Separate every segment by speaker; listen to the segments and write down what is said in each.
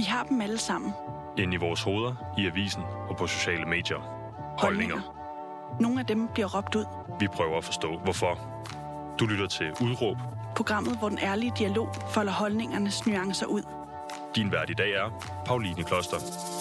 Speaker 1: Vi har dem alle sammen.
Speaker 2: Inde i vores hoveder, i avisen og på sociale medier. Holdninger.
Speaker 1: Nogle af dem bliver råbt ud.
Speaker 2: Vi prøver at forstå, hvorfor. Du lytter til Udråb.
Speaker 1: Programmet, hvor den ærlige dialog folder holdningernes nuancer ud.
Speaker 2: Din vært i dag er Pauline Kloster.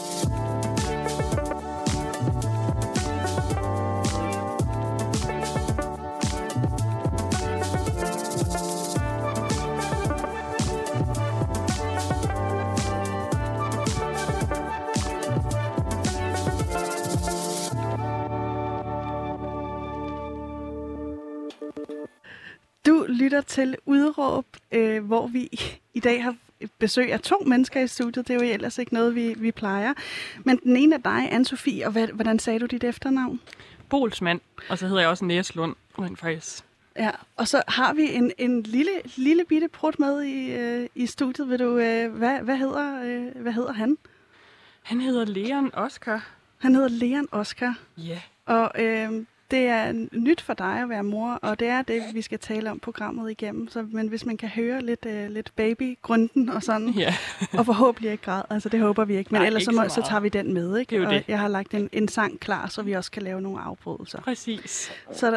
Speaker 3: Du lytter til Udråb, hvor vi i dag har besøg af 2 mennesker i studiet. Det er jo ellers ikke noget, vi plejer. Men den ene er dig, Anne-Sophie, og hvordan sagde du dit efternavn?
Speaker 4: Bolsmand, og så hedder jeg også Næslund, faktisk.
Speaker 3: Ja, og så har vi en lille bitte prut med i studiet. Ved du, hvad hedder han?
Speaker 4: Han hedder Leon Oscar.
Speaker 3: Han hedder Leon Oscar.
Speaker 4: Ja. Yeah.
Speaker 3: Og det er nyt for dig at være mor, og det er det, vi skal tale om programmet igennem. Men hvis man kan høre lidt baby-grunden og sådan,
Speaker 4: yeah.
Speaker 3: og forhåbentlig ikke græd, altså det håber vi ikke, men
Speaker 4: nej,
Speaker 3: ellers
Speaker 4: ikke
Speaker 3: så tager vi den med, ikke?
Speaker 4: Det er jo det.
Speaker 3: Jeg har lagt en sang klar, så vi også kan lave nogle afbrydelser.
Speaker 4: Præcis.
Speaker 3: Så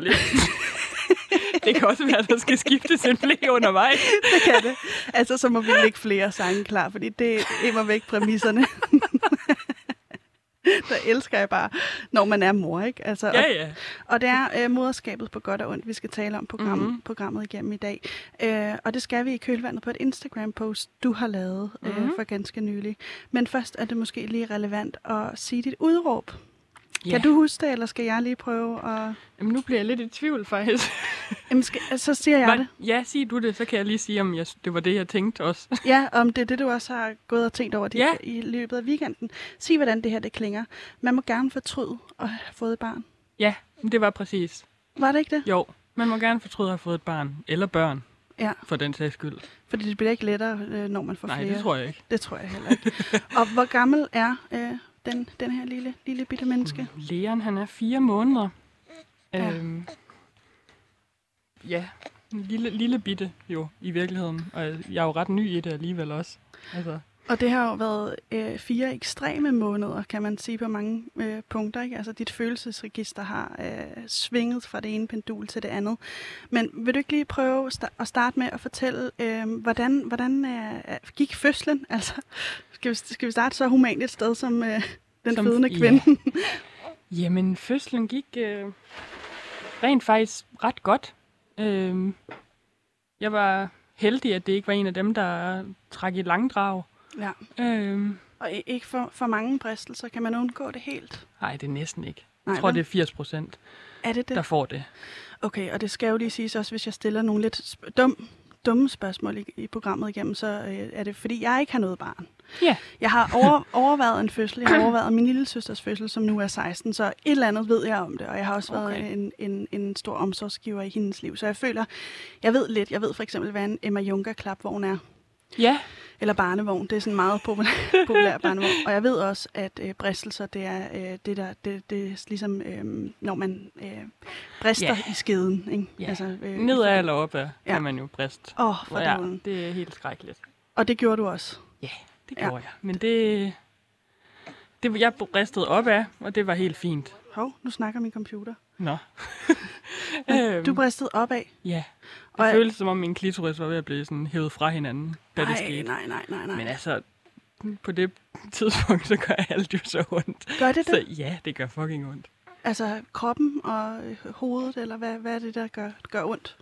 Speaker 4: det kan også være, at der skal skiftes en blæ undervejs.
Speaker 3: Det kan det. Altså, så må vi lægge flere sange klar, fordi det er immer væk præmisserne. Der elsker jeg bare, når man er mor, ikke? Altså,
Speaker 4: ja.
Speaker 3: Og det er moderskabet på godt og ondt, vi skal tale om programmet igennem i dag. Og det skal vi i kølvandet på et Instagram-post, du har lavet for ganske nylig. Men først er det måske lige relevant at sige dit udråb. Ja. Kan du huske det, eller skal jeg lige prøve at...
Speaker 4: Jamen, nu bliver jeg lidt i tvivl, faktisk.
Speaker 3: Jamen, så siger jeg det.
Speaker 4: Ja, sig du det, så kan jeg lige sige, om det var det, jeg tænkte også.
Speaker 3: Ja, om det er det, du også har gået og tænkt over i løbet af weekenden. Sig, hvordan det her det klinger. Man må gerne fortryde at have fået et barn.
Speaker 4: Ja, det var præcis.
Speaker 3: Var det ikke det?
Speaker 4: Jo, man må gerne fortryde at have fået et barn. Eller børn, for den sags skyld.
Speaker 3: Fordi det bliver ikke lettere, når man får flere.
Speaker 4: Nej, det tror jeg ikke.
Speaker 3: Det tror jeg heller ikke. Og hvor gammel er den her lille bitte menneske?
Speaker 4: Leon, han er 4 måneder.
Speaker 3: Ja.
Speaker 4: Ja, en lille bitte jo i virkeligheden. Og jeg er jo ret ny i det alligevel også. Altså.
Speaker 3: Og det har jo været 4 ekstreme måneder, kan man sige på mange punkter, ikke? Altså dit følelsesregister har svinget fra det ene pendul til det andet. Men vil du ikke lige prøve at starte med at fortælle, hvordan gik fødslen? Altså, skal vi starte så humant et sted som den fødende kvinde?
Speaker 4: Ja. Jamen, fødslen gik rent faktisk ret godt. Jeg var heldig, at det ikke var en af dem, der trak i langdrag.
Speaker 3: Ja. Og ikke for mange bristelser. Kan man undgå det helt?
Speaker 4: Nej, det er næsten ikke. Jeg tror, det er 80%, der får det.
Speaker 3: Okay, og det skal jo lige siges også, hvis jeg stiller nogle lidt dumme spørgsmål i programmet igennem, så er det, fordi jeg ikke har noget barn.
Speaker 4: Ja.
Speaker 3: Jeg har overvejet en fødsel. Jeg har overvejet min lille søsters fødsel, som nu er 16, så et eller andet ved jeg om det, og jeg har også været en stor omsorgsgiver i hendes liv. Så jeg føler, jeg ved lidt. Jeg ved for eksempel, hvad en Emma Juncker-klapvogn er.
Speaker 4: Ja.
Speaker 3: Eller barnevogn. Det er sådan en meget populær barnevogn. Og jeg ved også, at bristelser, det er det er ligesom, når man brister i skeden. Ikke?
Speaker 4: Ja.
Speaker 3: Altså,
Speaker 4: nedad eller opad kan man jo briste. Det er helt skrækkeligt.
Speaker 3: Og det gjorde du også?
Speaker 4: Ja, det gjorde jeg. Men det jeg bristede opad, og det var helt fint.
Speaker 3: Hov, nu snakker min computer.
Speaker 4: Nå.
Speaker 3: Du bristede opad?
Speaker 4: Ja. Det føltes som om min klitoris var ved at blive sådan hævet fra hinanden, da det skete.
Speaker 3: Nej.
Speaker 4: Men altså, på det tidspunkt, så gør alt jo så ondt.
Speaker 3: Gør det?
Speaker 4: Så ja, det gør fucking ondt.
Speaker 3: Altså kroppen og hovedet, eller hvad er det, der gør ondt?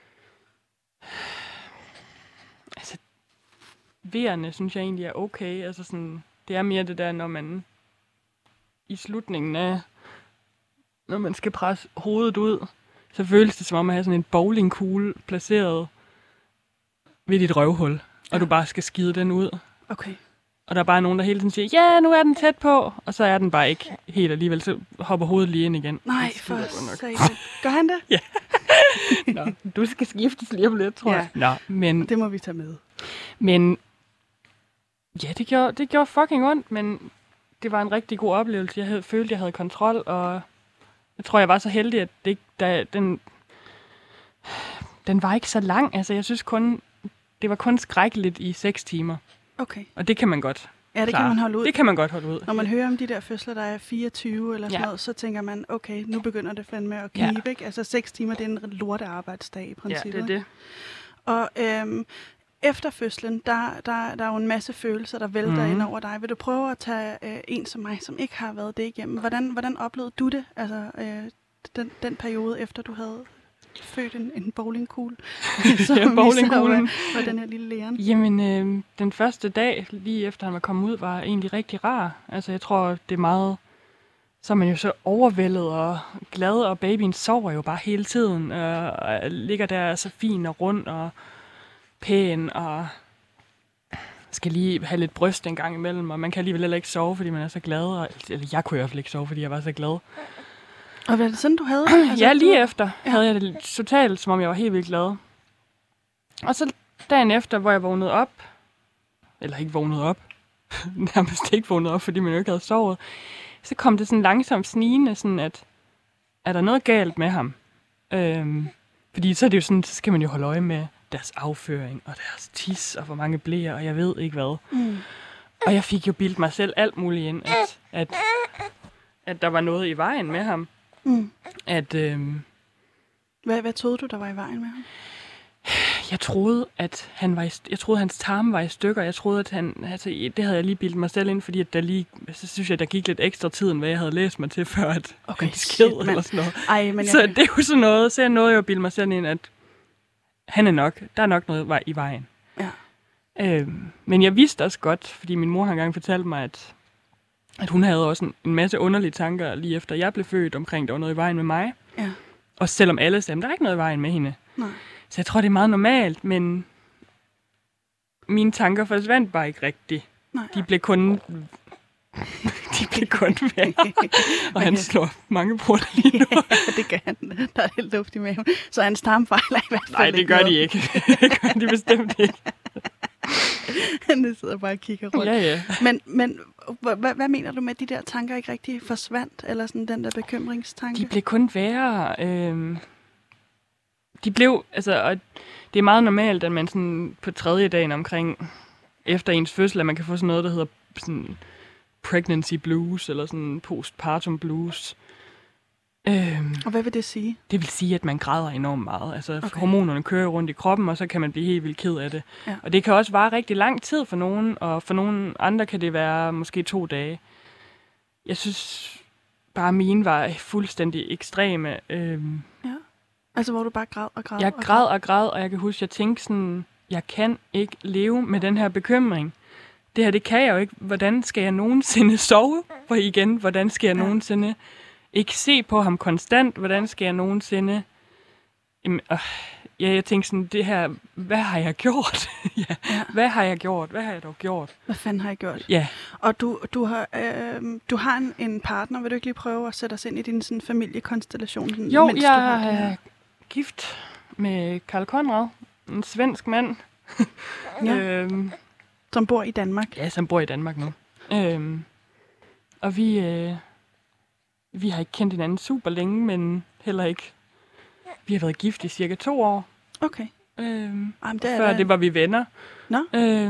Speaker 4: Altså, vejerne synes jeg egentlig er okay. Altså sådan, det er mere det der, når man i slutningen af, når man skal presse hovedet ud, så føles det som om at have sådan en bowlingkugle placeret ved dit røvhul, og du bare skal skide den ud.
Speaker 3: Okay.
Speaker 4: Og der er bare nogen, der hele tiden siger, ja, nu er den tæt på, og så er den bare ikke helt alligevel, så hopper hovedet lige ind igen.
Speaker 3: Nej, for satan. Gør han det?
Speaker 4: Ja. Nå, du skal skiftes lige om lidt, tror jeg. Nå, men
Speaker 3: det må vi tage med.
Speaker 4: Men ja, det gjorde fucking ondt, men det var en rigtig god oplevelse. Jeg følte, jeg havde kontrol, og jeg tror, jeg var så heldig, at den var ikke så lang. Altså, jeg synes det var kun skrækkeligt i 6 timer.
Speaker 3: Okay.
Speaker 4: Og det kan man godt
Speaker 3: Ja, det
Speaker 4: klare.
Speaker 3: kan man holde ud.
Speaker 4: Det kan man godt holde ud.
Speaker 3: Når man hører om de der fødsler, der er 24 eller sådan noget, så tænker man, okay, nu begynder det fandme at knibe, ikke? Altså 6 timer, det er en lorte arbejdsdag i princippet.
Speaker 4: Ja, det er det.
Speaker 3: Og efter fødslen, der er jo en masse følelser, der vælter ind over dig. Vil du prøve at tage en som mig, som ikke har været det igennem? Hvordan oplevede du det? Altså den periode, efter du havde født en bowlingkugle?
Speaker 4: Ja, bowlingkuglen.
Speaker 3: Og den her lille læren.
Speaker 4: Jamen, den første dag, lige efter han var kommet ud, var egentlig rigtig rar. Altså, jeg tror, det er meget... Så er man jo så overvældet og glad, og babyen sover jo bare hele tiden. Og ligger der så fin og rund og pæn, og skal lige have lidt bryst en gang imellem. Og man kan alligevel heller ikke sove, fordi man er så glad. Eller jeg kunne i hvert fald ikke sove, fordi jeg var så glad.
Speaker 3: Og var det sådan, du havde? Altså,
Speaker 4: ja, lige efter havde jeg det totalt, som om jeg var helt vildt glad. Og så dagen efter, hvor jeg vågnede op, eller ikke vågnede op, nærmest ikke vågnede op, fordi man jo ikke havde sovet, så kom det sådan langsomt snigende, sådan at, er der noget galt med ham? Fordi så er det jo sådan, så skal man jo holde øje med deres afføring, og deres tis, og hvor mange blæer, og jeg ved ikke hvad. Og jeg fik jo bildt mig selv alt muligt ind, at der var noget i vejen med ham. At,
Speaker 3: hvad troede du, der var i vejen med ham?
Speaker 4: Jeg troede, at hans tarme var i stykker. Jeg troede, at det havde jeg lige bildet mig selv ind, fordi at så synes jeg, der gik lidt ekstra tid, end hvad jeg havde læst mig til, før at han sked eller sådan noget.
Speaker 3: Ej, men
Speaker 4: så det er jo sådan noget, så jeg nåede jo at bilde mig selv ind, at der er nok noget i vejen.
Speaker 3: Ja.
Speaker 4: Men jeg vidste også godt, fordi min mor har engang fortalt mig, at hun havde også en masse underlige tanker, lige efter jeg blev født, omkring der var noget i vejen med mig.
Speaker 3: Ja.
Speaker 4: Og selvom alle sagde, der er ikke noget i vejen med hende.
Speaker 3: Nej.
Speaker 4: Så jeg tror, det er meget normalt, men mine tanker forsvandt bare ikke rigtigt.
Speaker 3: Nej.
Speaker 4: De blev kun værre. Og han slår mange brutter lige nu.
Speaker 3: Ja, det gør han. Der er helt luft i maven. Så hans tarm fejler i hvert fald.
Speaker 4: Nej, det gør de ikke. Det gør de bestemt ikke.
Speaker 3: Han sidder bare og kigger rundt.
Speaker 4: Ja.
Speaker 3: Men hvad mener du med, at de der tanker ikke rigtig forsvandt? Eller sådan den der bekymringstanke?
Speaker 4: De blev kun værre. De blev, altså, og det er meget normalt, at man sådan på 3. dagen omkring, efter ens fødsel, at man kan få sådan noget, der hedder sådan pregnancy blues, eller sådan postpartum blues.
Speaker 3: Og hvad vil det sige?
Speaker 4: Det vil sige, at man græder enormt meget. Altså, hormonerne kører rundt i kroppen, og så kan man blive helt vildt ked af det. Ja. Og det kan også vare rigtig lang tid for nogen, og for nogle andre kan det være måske 2 dage. Jeg synes bare, mine var fuldstændig ekstreme.
Speaker 3: Ja. Altså, hvor du bare græd og græd?
Speaker 4: Jeg græd, og jeg kan huske, jeg tænkte sådan, jeg kan ikke leve med den her bekymring. Det her, det kan jeg jo ikke. Hvordan skal jeg nogensinde sove for igen? Hvordan skal jeg nogensinde ikke se på ham konstant? Hvordan skal jeg nogensinde... jeg tænkte sådan, det her, hvad har jeg gjort? Hvad har jeg gjort? Hvad har jeg dog gjort?
Speaker 3: Hvad fanden har jeg gjort?
Speaker 4: Ja.
Speaker 3: Og du har en partner. Vil du ikke lige prøve at sætte os ind i din sådan, familiekonstellation?
Speaker 4: Jo, jeg er gift med Karl Konrad, en svensk mand.
Speaker 3: Som bor i Danmark?
Speaker 4: Ja, som bor i Danmark nu. Og vi har ikke kendt hinanden super længe, men heller ikke. Vi har været gift i cirka 2 år.
Speaker 3: Okay.
Speaker 4: Det var vi venner.
Speaker 3: Nå.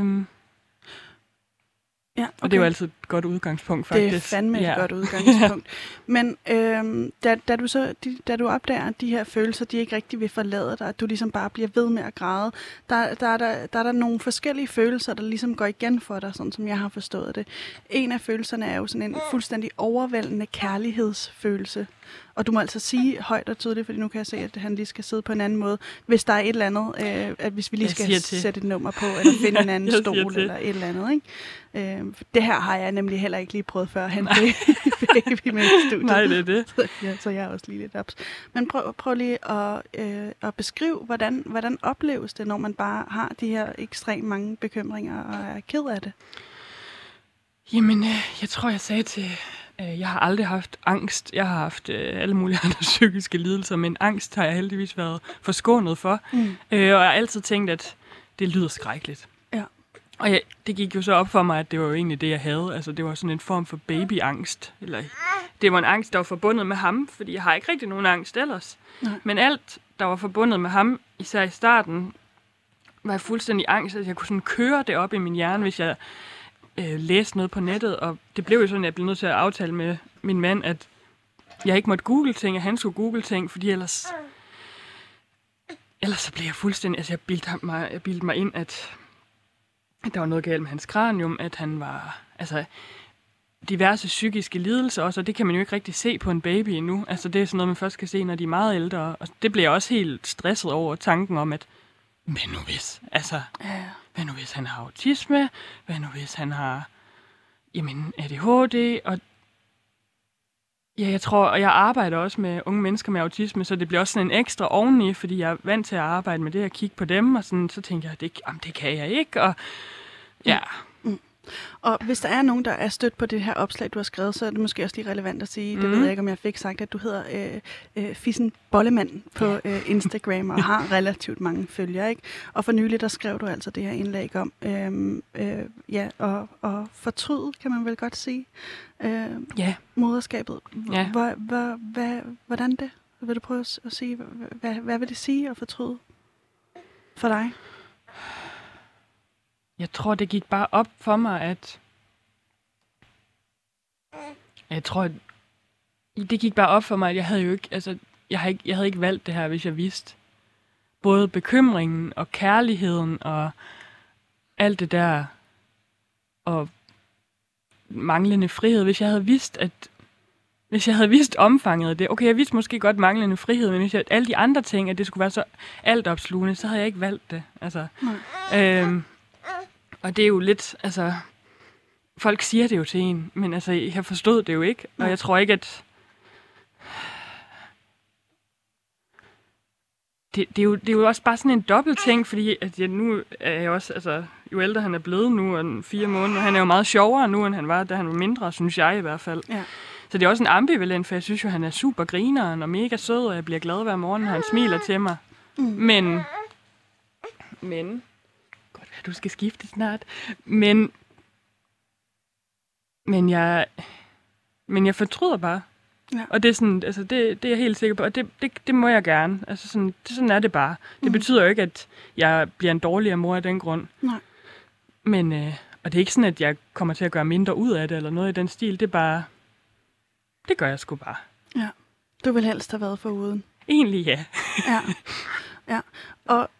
Speaker 4: Ja, okay. Og det er jo altid et godt udgangspunkt, faktisk.
Speaker 3: Det er fandme et godt udgangspunkt. Men da du opdager, at de her følelser, de ikke rigtig vil forlade dig, at du ligesom bare bliver ved med at græde, der er der nogle forskellige følelser, der ligesom går igen for dig, sådan som jeg har forstået det. En af følelserne er jo sådan en fuldstændig overvældende kærlighedsfølelse. Og du må altså sige højt og tydeligt, fordi nu kan jeg se, at han lige skal sidde på en anden måde. Hvis der er et eller andet, at hvis vi lige skal sætte et nummer på, eller finde en anden stol, eller et eller andet. Ikke? Det her har jeg nemlig heller ikke lige prøvet før, han baby med i studiet.
Speaker 4: Nej, det er det.
Speaker 3: Så jeg er også lige lidt ups. Men prøv lige at beskrive, hvordan opleves det, når man bare har de her ekstremt mange bekymringer og er ked af det?
Speaker 4: Jamen, jeg tror, jeg sagde til... Jeg har aldrig haft angst. Jeg har haft alle mulige andre psykiske lidelser, men angst har jeg heldigvis været forskånet for. Og jeg har altid tænkt, at det lyder skrækkeligt.
Speaker 3: Ja.
Speaker 4: Og det gik jo så op for mig, at det var jo egentlig det, jeg havde. Altså, det var sådan en form for babyangst. Eller, det var en angst, der var forbundet med ham, fordi jeg har ikke rigtig nogen angst ellers.
Speaker 3: Nej.
Speaker 4: Men alt, der var forbundet med ham, især i starten, var jeg fuldstændig angst, at jeg kunne sådan køre det op i min hjerne, hvis jeg læste noget på nettet. Og det blev jo sådan, at jeg blev nødt til at aftale med min mand, at jeg ikke måtte google ting, og han skulle google ting, fordi ellers så blev jeg fuldstændig... Altså, jeg bildte mig ind, at der var noget galt med hans kranium, at han var... Altså, diverse psykiske lidelser også, og det kan man jo ikke rigtig se på en baby endnu. Altså, det er sådan noget, man først kan se, når de er meget ældre. Og det bliver jeg også helt stresset over, tanken om, at hvad nu hvis? Altså, hvad nu hvis han har autisme? Hvad nu hvis han har ADHD? Og ja, jeg tror, og jeg arbejder også med unge mennesker med autisme, så det bliver også sådan en ekstra oveni, fordi jeg er vant til at arbejde med det og kigge på dem, og sådan, så tænker jeg, det kan jeg ikke, og ja.
Speaker 3: Og hvis der er nogen, der er stødt på det her opslag, du har skrevet, så er det måske også lige relevant at sige, det ved jeg ikke, om jeg fik sagt, at du hedder Fissen Bollemand på Instagram og har relativt mange følgere, ikke? Og for nylig, der skrev du altså det her indlæg om, og fortryde, kan man vel godt sige, moderskabet.
Speaker 4: Ja.
Speaker 3: Hvordan det? Vil du prøve at sige, hvad vil det sige at fortryde for dig?
Speaker 4: Jeg tror, det gik bare op for mig, at... det gik bare op for mig, at jeg havde jo ikke... Altså, jeg havde ikke valgt det her, hvis jeg vidste. Både bekymringen og kærligheden og alt det der. Og manglende frihed. Hvis jeg havde vidst omfanget af det... Okay, jeg vidste måske godt manglende frihed, men hvis alle de andre ting, at det skulle være så altopslugende, så havde jeg ikke valgt det. Altså... Og det er jo lidt, altså, folk siger det jo til en, men altså, jeg forstod det jo ikke, og jeg tror ikke, at det er jo også bare sådan en dobbelt ting, fordi at nu er jeg også, altså, jo ældre han er blevet nu, og 4 måneder, han er jo meget sjovere nu, end han var, da han var mindre, synes jeg i hvert fald. Ja. Så det er også en ambivalent, for jeg synes jo, han er super grineren og mega sød, og jeg bliver glad hver morgen, når han smiler til mig. Men du skal skifte snart. Men jeg fortryder bare. Ja. Og det er sådan, altså det er jeg helt sikker på, og det må jeg gerne. Altså sådan er det bare. Det betyder jo ikke, at jeg bliver en dårligere mor af den grund. Nej. Men og det er ikke sådan, at jeg kommer til at gøre mindre ud af det eller noget i den stil. Det er bare, det gør jeg sgu bare. Ja.
Speaker 3: Du vil helst have været foruden.
Speaker 4: Egentlig ja.
Speaker 3: Ja. Og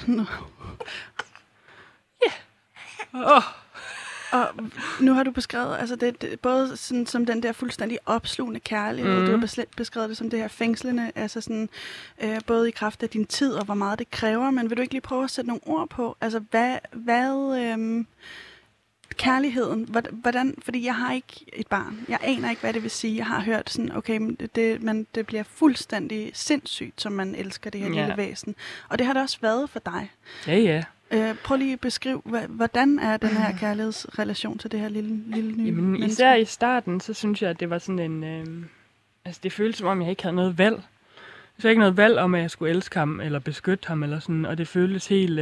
Speaker 3: Og nu har du beskrevet, altså det både sådan, som den der fuldstændig opslugende kærlighed, du har beskrevet det som det her fængslende, altså sådan, både i kraft af din tid og hvor meget det kræver, men vil du ikke lige prøve at sætte nogle ord på, altså hvad kærligheden, hvordan, fordi jeg har ikke et barn, jeg aner ikke, hvad det vil sige, jeg har hørt sådan, okay, det bliver fuldstændig sindssygt, som man elsker det her lille væsen, og det har det også været for dig.
Speaker 4: Ja.
Speaker 3: Prøv lige at beskrive, hvordan er den her kærlighedsrelation til det her lille nye menneske?
Speaker 4: Især i starten, så synes jeg, at det var sådan en... altså, det føltes som om, jeg ikke havde noget valg. Så ikke noget valg om, at jeg skulle elske ham, eller beskytte ham, eller sådan. Og det føltes helt...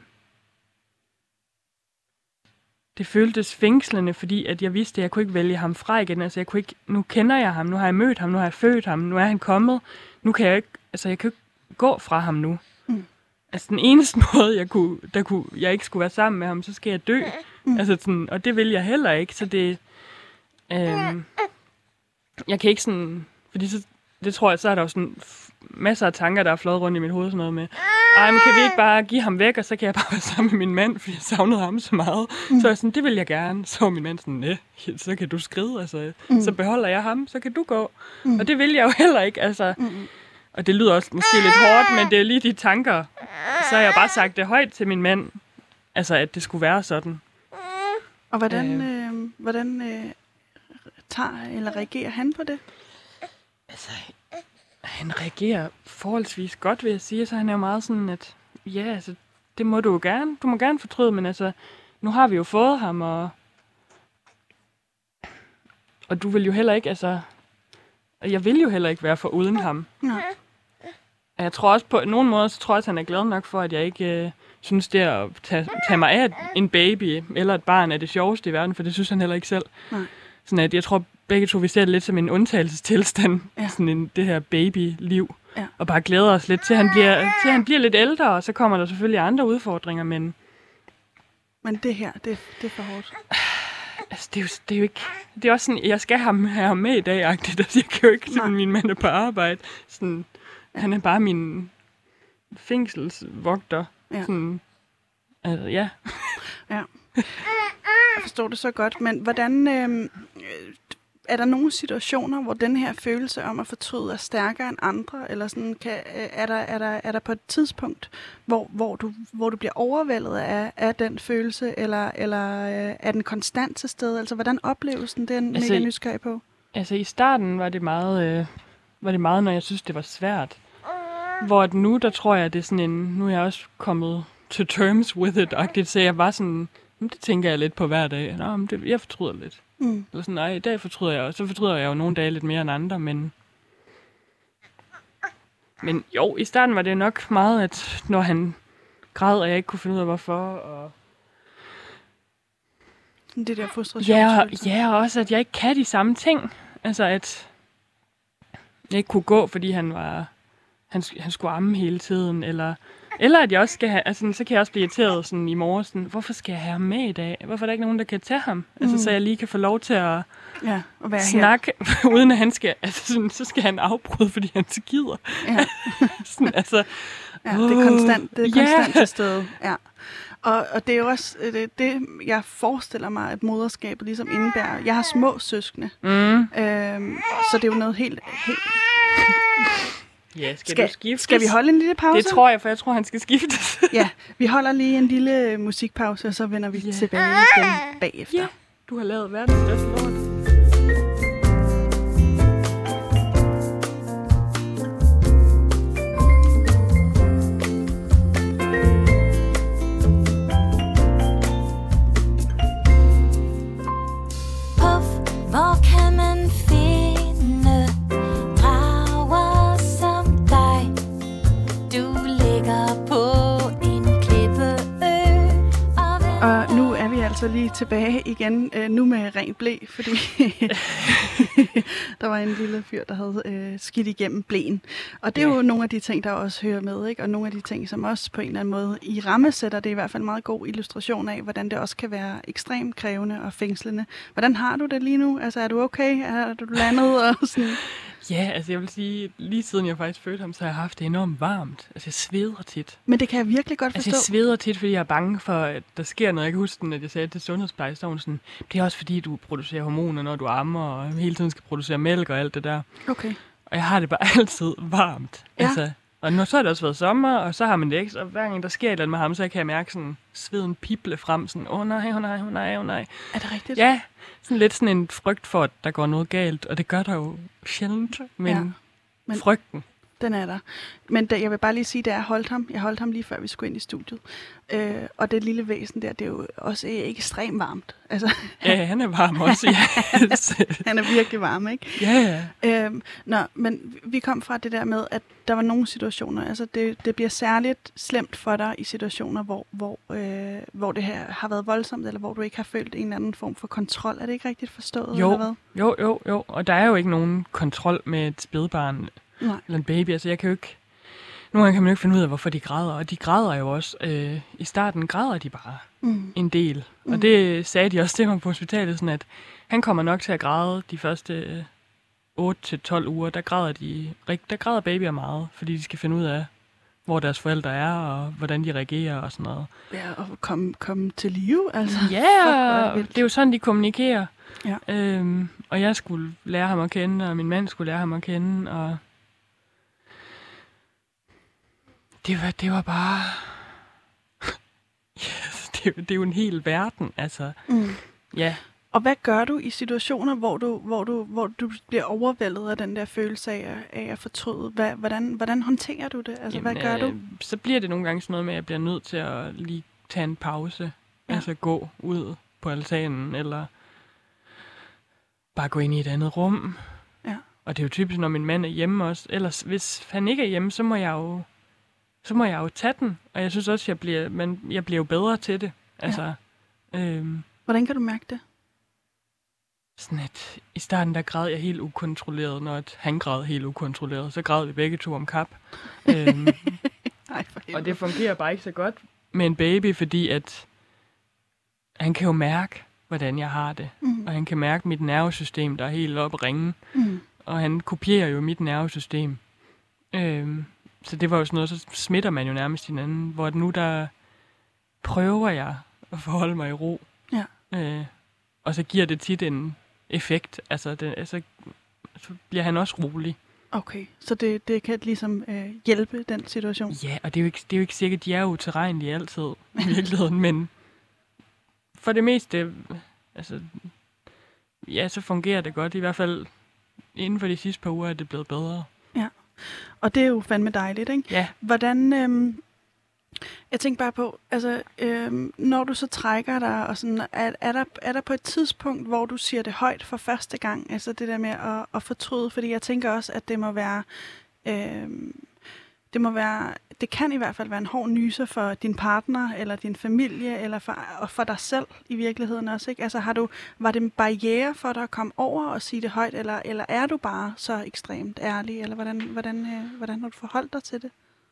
Speaker 4: det føltes fængslende, fordi at jeg vidste, at jeg kunne ikke vælge ham fra igen. Altså, jeg kunne ikke... Nu kender jeg ham, nu har jeg mødt ham, nu har jeg født ham, nu er han kommet. Nu kan jeg ikke... Altså, jeg kan ikke gå fra ham nu. Altså, den eneste måde, jeg ikke skulle være sammen med ham, så skal jeg dø. Altså, sådan, og det vil jeg heller ikke, så det... jeg kan ikke sådan... Fordi det tror jeg, så er der jo sådan masser af tanker, der er fløjet rundt i mit hoved, sådan noget med, men kan vi ikke bare give ham væk, og så kan jeg bare være sammen med min mand, fordi jeg savnede ham så meget. Så jeg sådan, det vil jeg gerne. Så var min mand sådan, så kan du skride, altså, så beholder jeg ham, så kan du gå. Og det vil jeg jo heller ikke, altså... Og det lyder også måske lidt hårdt, men det er lige de tanker. Så har jeg bare sagt det højt til min mand, altså at det skulle være sådan.
Speaker 3: Og hvordan tager eller reagerer han på det?
Speaker 4: Altså, han reagerer forholdsvis godt, vil jeg sige. Så han er jo meget sådan, at ja, altså, det må du jo gerne. Du må gerne fortryde, men altså, nu har vi jo fået ham, og du vil jo heller ikke, altså... Jeg vil jo heller ikke være foruden ham. Nej. Jeg tror også på nogle måder, så tror jeg, at han er glad nok for, at jeg ikke synes, det at tage mig af en baby eller et barn er det sjoveste i verden, for det synes han heller ikke selv. Nej. Sådan at jeg tror begge to, vi ser det lidt som en undtagelsestilstand, sådan det her babyliv. Ja. Og bare glæder os lidt til, han bliver lidt ældre, og så kommer der selvfølgelig andre udfordringer, men
Speaker 3: det her, det er for hårdt.
Speaker 4: Altså, det er jo ikke... Det er også sådan, jeg skal have ham med i dag-agtigt. Altså, jeg kan jo ikke sådan, min mand er på arbejde. Sådan, han er bare min fængselsvogter. Ja. Sådan, altså, ja.
Speaker 3: Ja. Jeg forstår det så godt, men hvordan... er der nogle situationer, hvor den her følelse om at fortryde er stærkere end andre? Eller sådan, er der på et tidspunkt, hvor du bliver overvældet af den følelse? Eller er den konstant til stede? Altså, hvordan opleves den? Det er mega nysgerrig på. Altså,
Speaker 4: i starten var det meget, når jeg synes, det var svært. Hvor nu, der tror jeg, det er sådan en... Nu er jeg også kommet to terms with it-agtigt, så jeg var sådan... Det tænker jeg lidt på hver dag. Nå, men jeg fortryder lidt. Eller sådan, nej, i dag fortryder jeg, og så fortryder jeg jo nogle dage lidt mere end andre, men jo, i starten var det nok meget, at når han græd, og jeg ikke kunne finde ud af, hvorfor, og
Speaker 3: det der frustration.
Speaker 4: Ja, og også, at jeg ikke kan de samme ting. Altså, at jeg ikke kunne gå, fordi han skulle amme hele tiden, eller at jeg også skal have, altså så kan jeg også blive irriteret sådan i morgen, sådan, hvorfor skal jeg have ham med i dag? Hvorfor er der ikke nogen, der kan tage ham? Altså, så jeg lige kan få lov til at
Speaker 3: være
Speaker 4: snakke, uden at han skal, altså sådan, så skal han afbryde, fordi han skider. Ja. Sådan, altså,
Speaker 3: det er konstant til stede. Ja. Og det er jo også det, jeg forestiller mig, at moderskabet ligesom indebærer. Jeg har små søskende, så det er jo noget helt
Speaker 4: ja, skal du skiftes?
Speaker 3: Skal vi holde en lille pause?
Speaker 4: Det tror jeg, for jeg tror, han skal skiftes.
Speaker 3: Ja, vi holder lige en lille musikpause, og så vender vi tilbage igen bagefter.
Speaker 4: Ja, du har lavet verdens største lort.
Speaker 3: Så lige tilbage igen, nu med rent blæ, fordi der var en lille fyr, der havde skidt igennem blæen. Og det er jo nogle af de ting, der også hører med, ikke? Og nogle af de ting, som også på en eller anden måde i ramme sætter, det er i hvert fald en meget god illustration af, hvordan det også kan være ekstremt krævende og fængslende. Hvordan har du det lige nu? Altså, er du okay? Er du landet? Og sådan?
Speaker 4: Ja, altså jeg vil sige, lige siden jeg faktisk fødte ham, så har jeg haft det enormt varmt. Altså jeg sveder tit.
Speaker 3: Men det kan jeg virkelig godt forstå.
Speaker 4: Altså jeg sveder tit, fordi jeg er bange for, at der sker noget. Jeg kan huske, at jeg sagde til sundhedsplejersken, sådan, det er også fordi, du producerer hormoner, når du ammer, og hele tiden skal producere mælk og alt det der.
Speaker 3: Okay.
Speaker 4: Og jeg har det bare altid varmt. Ja. Altså, og nu så har det også været sommer, og så har man det ikke. Og hver gang der sker et eller andet med ham, så kan jeg mærke sådan sveden pible frem. Sådan, nej.
Speaker 3: Er det rigtigt?
Speaker 4: Ja, sådan lidt sådan en frygt for, at der går noget galt. Og det gør der jo sjældent, men frygten.
Speaker 3: Den er der. Men jeg vil bare lige sige, at jeg holdt ham lige før vi skulle ind i studiet. Og det lille væsen der, det er jo også ikke ekstremt varmt. Altså,
Speaker 4: ja, han er varm også. Ja.
Speaker 3: Han er virkelig varm, ikke?
Speaker 4: Ja.
Speaker 3: Men vi kom fra det der med, at der var nogle situationer, altså det bliver særligt slemt for dig i situationer, hvor det her har været voldsomt, eller hvor du ikke har følt en eller anden form for kontrol. Er det ikke rigtigt forstået?
Speaker 4: Jo,
Speaker 3: eller hvad?
Speaker 4: Jo. Og der er jo ikke nogen kontrol med et spædbarn.
Speaker 3: Nej.
Speaker 4: Eller en baby, altså jeg kan jo ikke... Nogle gange kan man jo ikke finde ud af, hvorfor de græder, og de græder jo også. I starten græder de bare en del, og det sagde de også til mig på hospitalet, sådan at han kommer nok til at græde de første 8-12 uger, der græder babyer meget, fordi de skal finde ud af, hvor deres forældre er, og hvordan de reagerer og sådan noget.
Speaker 3: Ja, og komme til live, altså.
Speaker 4: Ja, det er jo sådan, de kommunikerer.
Speaker 3: Ja.
Speaker 4: Og jeg skulle lære ham at kende, og min mand skulle lære ham at kende, og det var bare... yes, det er jo en hel verden, altså. Ja.
Speaker 3: Og hvad gør du i situationer, hvor du bliver overvældet af den der følelse af at fortryde? Hvordan håndterer du det? Altså, hvad gør du?
Speaker 4: Så bliver det nogle gange sådan noget med, at jeg bliver nødt til at lige tage en pause. Ja. Altså gå ud på altanen, eller bare gå ind i et andet rum.
Speaker 3: Ja.
Speaker 4: Og det er jo typisk, når min mand er hjemme også. Ellers, hvis han ikke er hjemme, så må jeg jo tage den. Og jeg synes også, jeg bliver jo bedre til det. Altså,
Speaker 3: Hvordan kan du mærke det?
Speaker 4: sådan at i starten, der græd jeg helt ukontrolleret, når han græd helt ukontrolleret. Så græd vi begge to om kap. Og det fungerer bare ikke så godt med en baby, fordi at han kan jo mærke, hvordan jeg har det. Og han kan mærke mit nervesystem, der er helt oppe at ringe. Og han kopierer jo mit nervesystem. Så det var jo sådan noget, så smitter man jo nærmest hinanden. Hvor nu der prøver jeg at forholde mig i ro. Ja. Og så giver det tit en effekt. Så bliver han også rolig.
Speaker 3: Okay, så det kan ligesom hjælpe den situation?
Speaker 4: Ja, og det er jo ikke sikkert, de er jo tilregnelige altid i virkeligheden, men for det meste, så fungerer det godt. I hvert fald inden for de sidste par uger er det blevet bedre. Ja,
Speaker 3: og det er jo fandme dejligt, ikke?
Speaker 4: Ja.
Speaker 3: Hvordan... Jeg tænker bare på, når du så trækker dig, og sådan, er der på et tidspunkt, hvor du siger det højt for første gang, altså det der med at fortryde, fordi jeg tænker også, at det må være, det kan i hvert fald være en hård nyser for din partner, eller din familie, eller for dig selv i virkeligheden også, ikke? Altså var det en barriere for dig at komme over og sige det højt, eller er du bare så ekstremt ærlig, eller hvordan har du forholdt dig til det?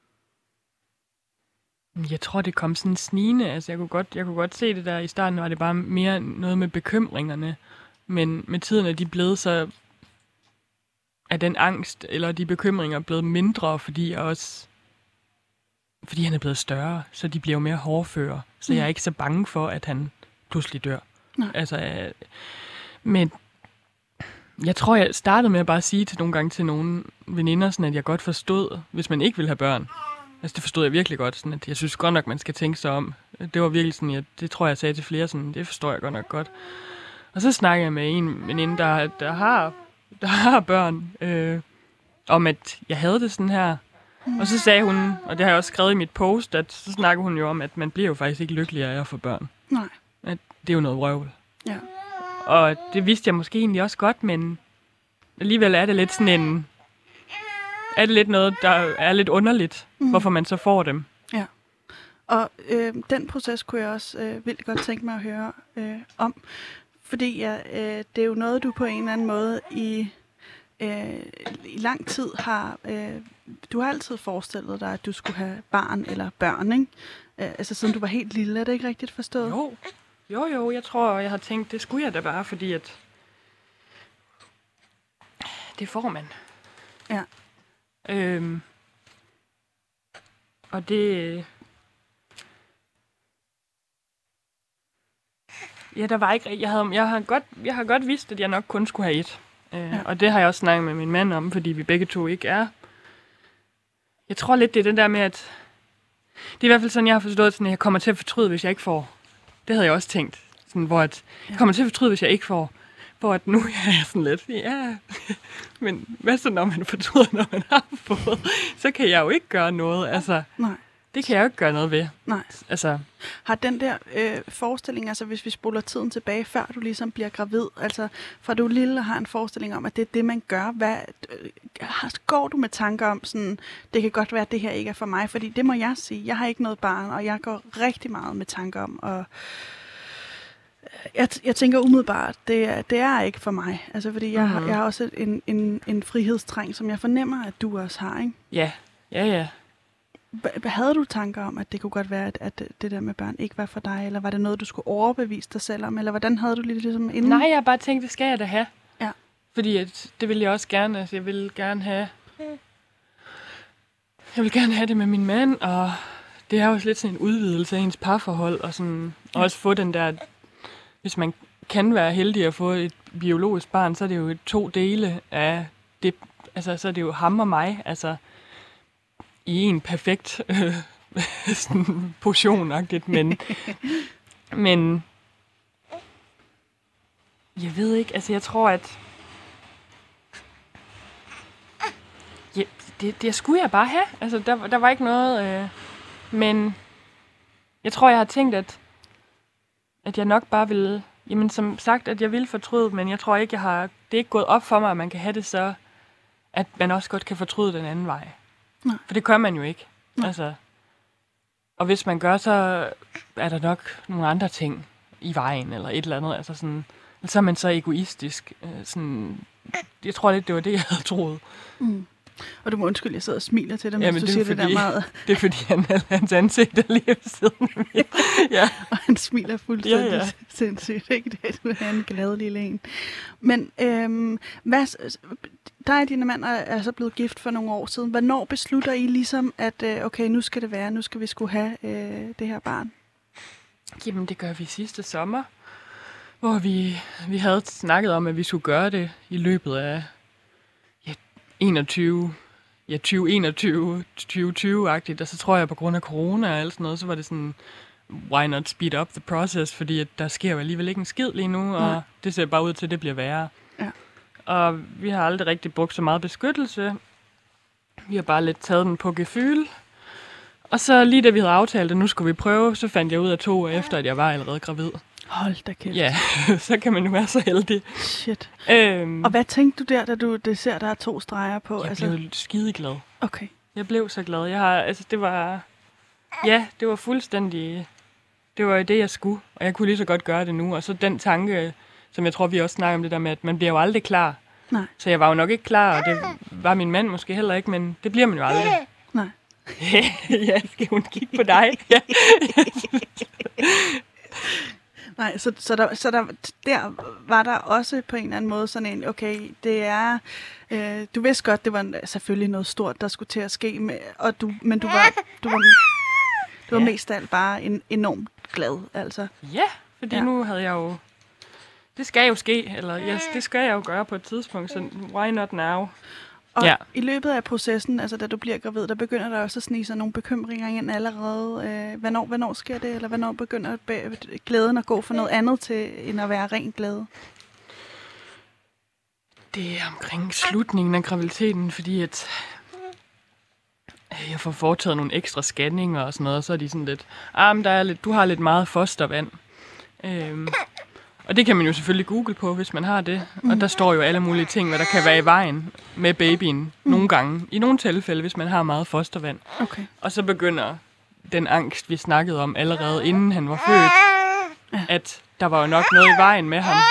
Speaker 4: Jeg tror, det kom sådan snigende. Altså, jeg kunne godt se det der. I starten var det bare mere noget med bekymringerne. Men med tiden er de blevet så... Er den angst eller de bekymringer blevet mindre, fordi han er blevet større. Så de bliver jo mere hårdføre. Så jeg er ikke så bange for, at han pludselig dør. Nej. Altså, men jeg tror, jeg startede med at bare sige til nogle veninder, sådan, at jeg godt forstod, hvis man ikke vil have børn. Altså, det forstod jeg virkelig godt, sådan at jeg synes godt nok, man skal tænke sig om. Det var virkelig sådan, det tror jeg sagde til flere, sådan, det forstår jeg godt nok godt. Og så snakkede jeg med en veninde, der har børn, om at jeg havde det sådan her. Og så sagde hun, og det har jeg også skrevet i mit post, at så snakker hun jo om, at man bliver jo faktisk ikke lykkelig af at få børn. Nej. At det er jo noget vrøvl. Ja. Og det vidste jeg måske egentlig også godt, men alligevel er det lidt sådan en... Er det lidt noget, der er lidt underligt, hvorfor man så får dem?
Speaker 3: Ja, og den proces kunne jeg også vildt godt tænke mig at høre om. Fordi det er jo noget, du på en eller anden måde i lang tid har... du har altid forestillet dig, at du skulle have barn eller børn, ikke? Altså siden du var helt lille, er det ikke rigtigt forstået?
Speaker 4: Jo, jeg tror, jeg har tænkt, det skulle jeg da bare, fordi at... Det får man. Ja. Og det... Ja, der var ikke... Jeg har godt vidst, at jeg nok kun skulle have et. Og det har jeg også snakket med min mand om, fordi vi begge to ikke er. Jeg tror lidt, det er den der med, at... Det er i hvert fald sådan, jeg har forstået, sådan, at jeg kommer til at fortryde, hvis jeg ikke får. Det havde jeg også tænkt. Sådan, hvor at jeg kommer til at fortryde, hvis jeg ikke får. Hvor at nu er jeg sådan lidt, ja, men hvad så, når man fortryder, når man har fået? Så kan jeg jo ikke gøre noget, altså. Nej. Det kan jeg jo ikke gøre noget ved. Nej. Altså.
Speaker 3: Har den der forestilling, altså hvis vi spoler tiden tilbage, før du ligesom bliver gravid, altså fra du er lille og har en forestilling om, at det er det, man gør, går du med tanker om sådan, det kan godt være, at det her ikke er for mig, fordi det må jeg sige, jeg har ikke noget barn, og jeg går rigtig meget med tanker om, og jeg tænker umiddelbart, det er ikke for mig. Altså, fordi jeg har også en frihedstræng, som jeg fornemmer, at du også har, ikke?
Speaker 4: Ja.
Speaker 3: Havde du tanker om, at det kunne godt være, at det der med børn ikke var for dig? Eller var det noget, du skulle overbevise dig selv om? Eller hvordan havde du ligesom inden?
Speaker 4: Nej, jeg har bare tænkt, det skal jeg da have. Ja. Fordi det vil jeg også gerne. Altså, jeg vil gerne have det med min mand, og det er også lidt sådan en udvidelse af ens parforhold, og sådan også få den der... Hvis man kan være heldig at få et biologisk barn, så er det jo 2 dele af det. Altså, så er det jo ham og mig, altså i en perfekt sådan portion-agtigt, men jeg ved ikke, altså jeg tror, at det skulle jeg bare have. Altså, der var ikke noget, men jeg tror, jeg har tænkt, at jeg nok bare ville, jamen som sagt, at jeg ville fortryde, men jeg tror ikke, det er ikke gået op for mig, at man kan have det så, at man også godt kan fortryde den anden vej. Nej. For det gør man jo ikke. Altså, og hvis man gør, så er der nok nogle andre ting i vejen, eller et eller andet. Altså sådan, Og så er man så egoistisk. Sådan, jeg tror lidt, det var det, jeg havde troet.
Speaker 3: Mm. Og du må undskylde, jeg sidder og smiler til dig, mens
Speaker 4: Jamen,
Speaker 3: du
Speaker 4: det er
Speaker 3: siger
Speaker 4: fordi,
Speaker 3: det der meget.
Speaker 4: Det er fordi, hans ansigt er lige ved siden af mig. Ja.
Speaker 3: Og han smiler fuldstændig
Speaker 4: Ja.
Speaker 3: sindssygt, ikke? Det er en glad lille en. Men dig og dine mand er så blevet gift for nogle år siden. Hvornår beslutter I ligesom, at okay, nu skal det være, nu skal vi skulle have det her barn?
Speaker 4: Jamen, det gør vi sidste sommer, hvor vi havde snakket om, at vi skulle gøre det i løbet af 2021-2020-agtigt, og så tror jeg, på grund af corona og alt sådan noget, så var det sådan, why not speed up the process, fordi at der sker jo alligevel ikke en skid lige nu, og det ser bare ud til, at det bliver værre.
Speaker 3: Ja.
Speaker 4: Og vi har aldrig rigtig brugt så meget beskyttelse. Vi har bare lidt taget den på gefyl. Og så lige da vi havde aftalt, at nu skulle vi prøve, så fandt jeg ud af 2 år efter, at jeg var allerede gravid.
Speaker 3: Hold da kæft.
Speaker 4: Ja, så kan man jo være så heldig.
Speaker 3: Shit. Og hvad tænkte du der, da du ser, der er 2 streger på?
Speaker 4: Jeg blev skideglad.
Speaker 3: Okay.
Speaker 4: Jeg blev så glad. Det var fuldstændig, det var det, jeg skulle. Og jeg kunne lige så godt gøre det nu. Og så den tanke, som jeg tror, vi også snakker om det der med, at man bliver jo aldrig klar.
Speaker 3: Nej.
Speaker 4: Så jeg var jo nok ikke klar, og det var min mand måske heller ikke, men det bliver man jo aldrig.
Speaker 3: Nej.
Speaker 4: Ja, skal hun kigge på dig? Ja.
Speaker 3: Nej, så der var der også på en eller anden måde sådan en, okay, det er, du vidste godt, det var selvfølgelig noget stort, der skulle til at ske, men du var mest af alt bare enormt glad, altså.
Speaker 4: Ja, fordi nu havde jeg jo, det skal jo ske, eller det skal jeg jo gøre på et tidspunkt, så why not now?
Speaker 3: Og i løbet af processen, altså da du bliver gravid, der begynder der også at snige sig nogle bekymringer ind allerede. Hvornår sker det, eller hvornår begynder glæden at gå for noget andet til, end at være ren glæde?
Speaker 4: Det er omkring slutningen af graviditeten, fordi at jeg får foretaget nogle ekstra scanninger og sådan noget, og så er de sådan lidt, men du har lidt meget fostervand. Og det kan man jo selvfølgelig google på, hvis man har det. Og der står jo alle mulige ting, hvad der kan være i vejen med babyen nogle gange. I nogle tilfælde, hvis man har meget fostervand.
Speaker 3: Okay. Og
Speaker 4: så begynder den angst, vi snakkede om allerede inden han var født, at der var jo nok noget i vejen med ham.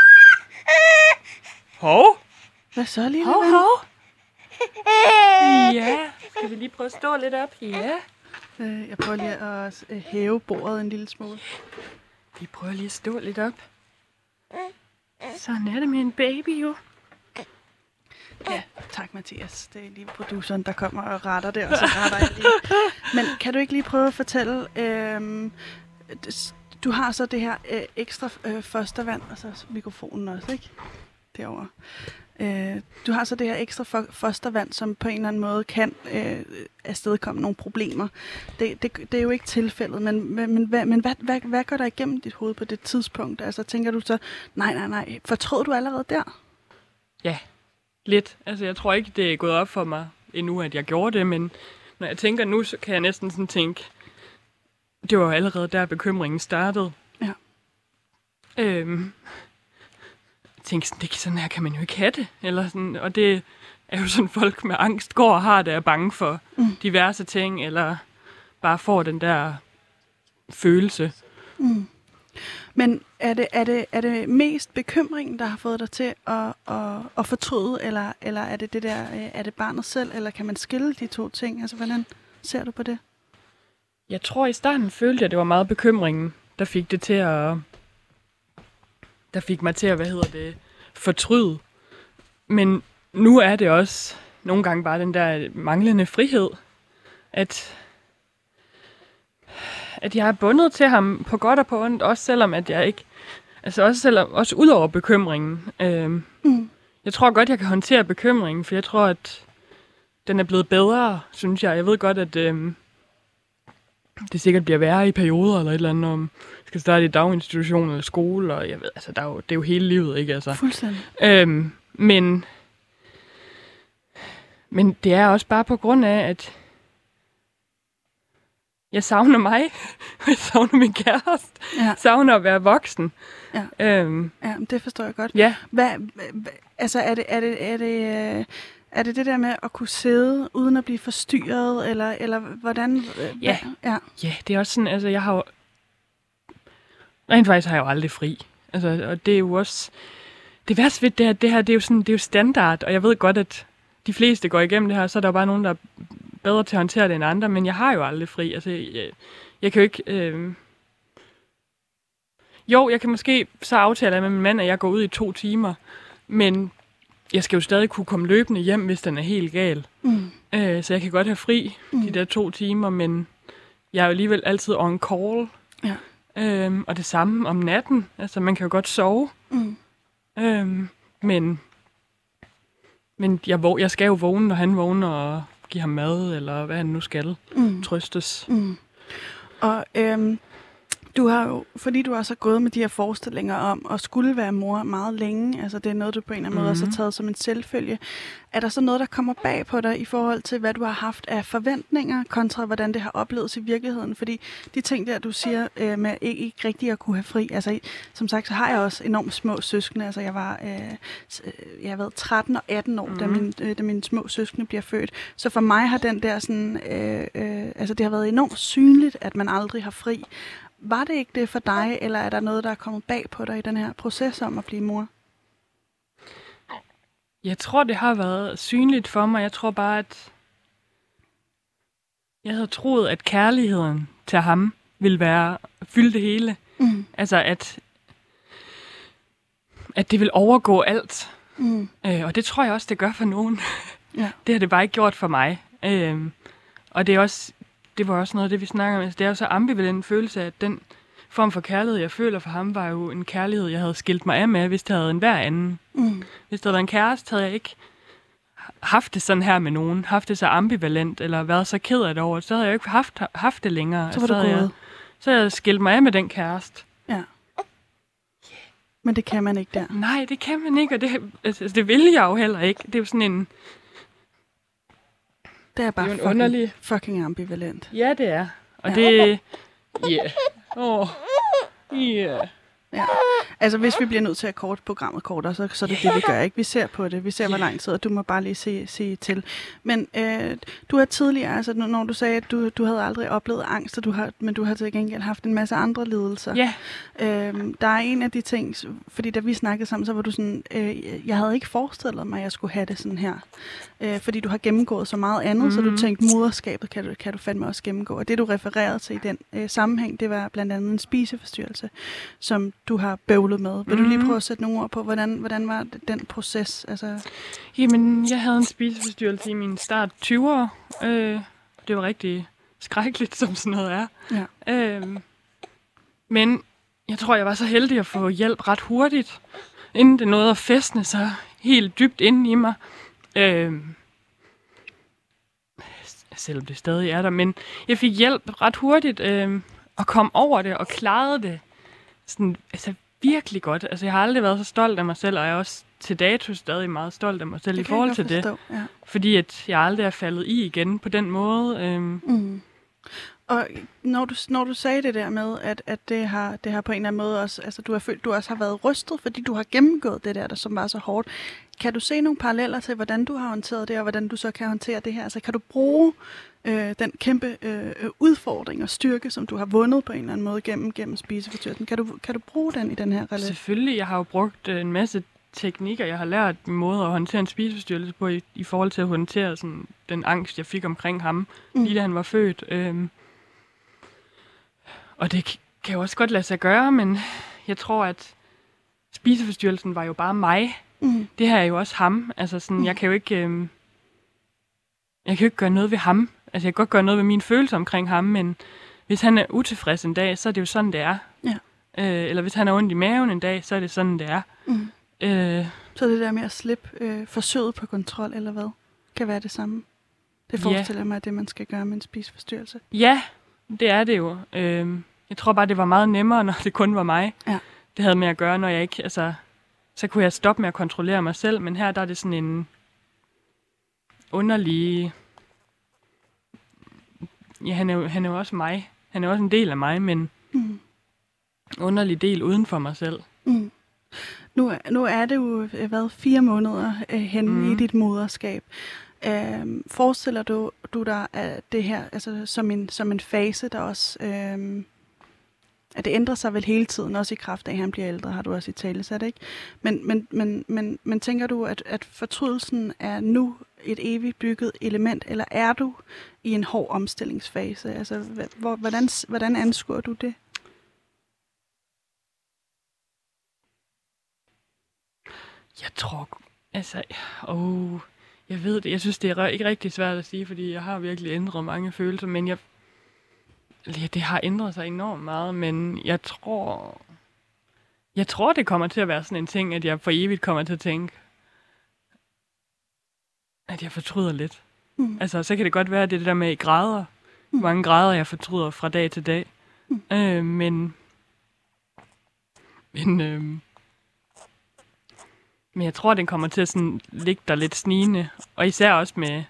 Speaker 4: Hov?
Speaker 3: Hvad så, lille
Speaker 4: hov,
Speaker 3: ven?
Speaker 4: Hov? Ja, skal vi lige prøve at stå lidt op? Ja.
Speaker 3: Jeg prøver lige at hæve bordet en lille smule.
Speaker 4: Vi prøver lige at stå lidt op. Sådan er det med en baby jo.
Speaker 3: Ja, tak Mathias. Det er lige produceren, der kommer og retter det, og så retter jeg lige. Men kan du ikke lige prøve at fortælle, du har så det her ekstra fostervand, og så mikrofonen også, ikke? Derovre. Du har så det her ekstra fostervand, som på en eller anden måde kan afstedkomme nogle problemer. Det er jo ikke tilfældet, men hvad går der igennem dit hoved på det tidspunkt? Altså tænker du så, nej, fortrød du allerede der?
Speaker 4: Ja, lidt. Altså jeg tror ikke, det er gået op for mig endnu, at jeg gjorde det, men når jeg tænker nu, så kan jeg næsten sådan tænke, det var allerede der bekymringen startede.
Speaker 3: Ja.
Speaker 4: Tænkte sådan, sådan her kan man jo ikke have det. Eller sådan, og det er jo sådan, folk med angst går og har det, er bange for diverse ting, eller bare får den der følelse.
Speaker 3: Mm. Men er det mest bekymringen, der har fået dig til at fortryde, eller er det det der, er det barnet selv, eller kan man skille de 2 ting? Altså, hvordan ser du på det?
Speaker 4: Jeg tror i starten følte jeg, at det var meget bekymringen, der fik det til at mig til at, fortryde. Men nu er det også nogle gange bare den der manglende frihed, at jeg er bundet til ham på godt og på ondt, også selvom at jeg ikke, altså også ud over bekymringen. Jeg tror godt, jeg kan håndtere bekymringen, for jeg tror, at den er blevet bedre, synes jeg. Jeg ved godt, at det sikkert bliver værre i perioder, eller et eller andet, om skal starte i daginstitution eller skole, og jeg ved, altså, det er jo hele livet, ikke? Altså.
Speaker 3: Fuldstændig.
Speaker 4: Men det er også bare på grund af, at jeg savner mig, og jeg savner min kæreste, savner at være voksen.
Speaker 3: Ja, det forstår jeg godt.
Speaker 4: Ja.
Speaker 3: Altså, er det det der med at kunne sidde uden at blive forstyrret, eller hvordan?
Speaker 4: Ja, det er også sådan, altså jeg har jo, rent faktisk har jeg jo aldrig fri. Altså, og det er jo også... Det værste ved det her, det er jo standard, og jeg ved godt, at de fleste går igennem det her, så er der jo bare nogen, der er bedre til at håndtere det end andre, men jeg har jo aldrig fri. Altså, jeg kan jo ikke... Jo, jeg kan måske så aftale med min mand, at jeg går ud i 2 timer, men jeg skal jo stadig kunne komme løbende hjem, hvis den er helt gal. Så jeg kan godt have fri de der 2 timer, men jeg er jo alligevel altid on call. Ja. Og det samme om natten. Altså, man kan jo godt sove. Men jeg skal jo vågne, når han vågner, og give ham mad, eller hvad han nu skal. Trøstes.
Speaker 3: Og du har jo, fordi du også har gået med de her forestillinger om at skulle være mor meget længe, altså det er noget, du på en eller anden måde også har taget som en selvfølge. Er der så noget, der kommer bag på dig i forhold til, hvad du har haft af forventninger, kontra hvordan det har oplevet i virkeligheden? Fordi de ting der, du siger med ikke rigtig at kunne have fri, altså som sagt, så har jeg også enormt små søskende. Altså jeg har været 13 og 18 år, da mine små søskende bliver født. Så for mig har den der sådan, altså det har været enormt synligt, at man aldrig har fri. Var det ikke det for dig, eller er der noget, der er kommet bag på dig i den her proces om at blive mor?
Speaker 4: Jeg tror, det har været synligt for mig. Jeg tror bare, at jeg havde troet, at kærligheden til ham ville fylde det hele. Altså, at det vil overgå alt. Og det tror jeg også, det gør for nogen. Ja. Det har det bare ikke gjort for mig. Og det var også noget af det, vi snakker om. Altså, det er jo så ambivalent følelse, at den form for kærlighed, jeg føler for ham, var jo en kærlighed, jeg havde skilt mig af med, hvis det havde en hver anden. Hvis det havde været en kæreste, havde jeg ikke haft det sådan her med nogen, haft det så ambivalent, eller været så ked af det over, så havde jeg jo ikke haft det længere.
Speaker 3: Så
Speaker 4: havde jeg skilt mig af med den kæreste.
Speaker 3: Ja. Men det kan man ikke der.
Speaker 4: Nej, det kan man ikke, og det vil jeg jo heller ikke. Det er jo sådan en...
Speaker 3: Det er bare fucking ambivalent.
Speaker 4: Ja, det er. Og det... Yeah. Yeah.
Speaker 3: Ja. Altså, hvis vi bliver nødt til at korte programmet kortere, så er det det, vi gør, ikke? Vi ser på det. Vi ser, hvor lang tid, og du må bare lige se til. Men du har tidligere, altså når du sagde, at du havde aldrig oplevet angst, men du har til gengæld haft en masse andre lidelser.
Speaker 4: Ja.
Speaker 3: Der er en af de ting, fordi da vi snakkede sammen, så var du sådan, jeg havde ikke forestillet mig, at jeg skulle have det sådan her. Fordi du har gennemgået så meget andet, så du tænkte, moderskabet kan du fandme også gennemgå. Og det, du refererede til i den sammenhæng, det var blandt andet en spiseforstyrrelse, som du har bøvlet med. Vil du lige prøve at sætte nogle ord på, hvordan var den proces? Altså...
Speaker 4: Jamen, jeg havde en spiseforstyrrelse i min start 20'ere. Det var rigtig skrækkeligt, som sådan noget er. Ja. Men jeg tror, jeg var så heldig at få hjælp ret hurtigt, inden det nåede at fæstne sig helt dybt inde i mig. Selvom det stadig er der, men jeg fik hjælp ret hurtigt og kom over det og klarede det sådan, altså virkelig godt. Altså jeg har aldrig været så stolt af mig selv, og jeg er også til dato stadig meget stolt af mig selv i forhold til det. Ja. Fordi at jeg aldrig er faldet i igen på den måde.
Speaker 3: Og når du sagde det der med, at det har på en eller anden måde også, altså du har følt, du også har været rystet, fordi du har gennemgået det der som var så hårdt. Kan du se nogle paralleller til, hvordan du har håndteret det, og hvordan du så kan håndtere det her? Altså kan du bruge den kæmpe udfordring og styrke, som du har vundet på en eller anden måde gennem spiseforstyrrelsen? Kan du bruge den i den her relation?
Speaker 4: Selvfølgelig. Jeg har jo brugt en masse teknikker. Jeg har lært en måde at håndtere en spiseforstyrrelse på i forhold til at håndtere sådan, den angst, jeg fik omkring ham, lige da han var født. Og det kan jo også godt lade sig gøre, men jeg tror, at spiseforstyrrelsen var jo bare mig. Det her er jo også ham. Altså sådan, jeg kan jo ikke gøre noget ved ham. Altså jeg kan godt gøre noget ved mine følelser omkring ham, men hvis han er utilfreds en dag, så er det jo sådan, det er. Ja. Eller hvis han er ondt i maven en dag, så er det sådan, det er.
Speaker 3: Så det der med at slippe forsøget på kontrol, eller hvad, kan være det samme? Det forestiller mig, at det man skal gøre med en spiseforstyrrelse.
Speaker 4: Ja, det er det jo. Jeg tror bare, det var meget nemmere, når det kun var mig. Ja. Det havde med at gøre, når jeg ikke... Altså, så kunne jeg stoppe med at kontrollere mig selv, men her der er det sådan en underlig... Ja, han er jo også mig. Han er også en del af mig, men underlig del uden for mig selv.
Speaker 3: Nu er det jo 4 måneder henne i dit moderskab. Forestiller du dig at det her altså, som en fase, der også at det ændrer sig vel hele tiden, også i kraft af, at han bliver ældre, har du også i tale sat, ikke? Men tænker du, at fortrydelsen er nu et evigt bygget element, eller er du i en hård omstillingsfase? Altså, hvordan anskuer du det?
Speaker 4: Jeg tror, altså, jeg ved det. Jeg synes, det er ikke rigtig svært at sige, fordi jeg har virkelig ændret mange følelser, men det har ændret sig enormt meget, men jeg tror, det kommer til at være sådan en ting, at jeg for evigt kommer til at tænke, at jeg fortryder lidt. Altså, så kan det godt være, at det er det der med i grader. Hvor mange grader jeg fortryder fra dag til dag. Men jeg tror, den kommer til at sådan ligge der lidt snigende. Og især også med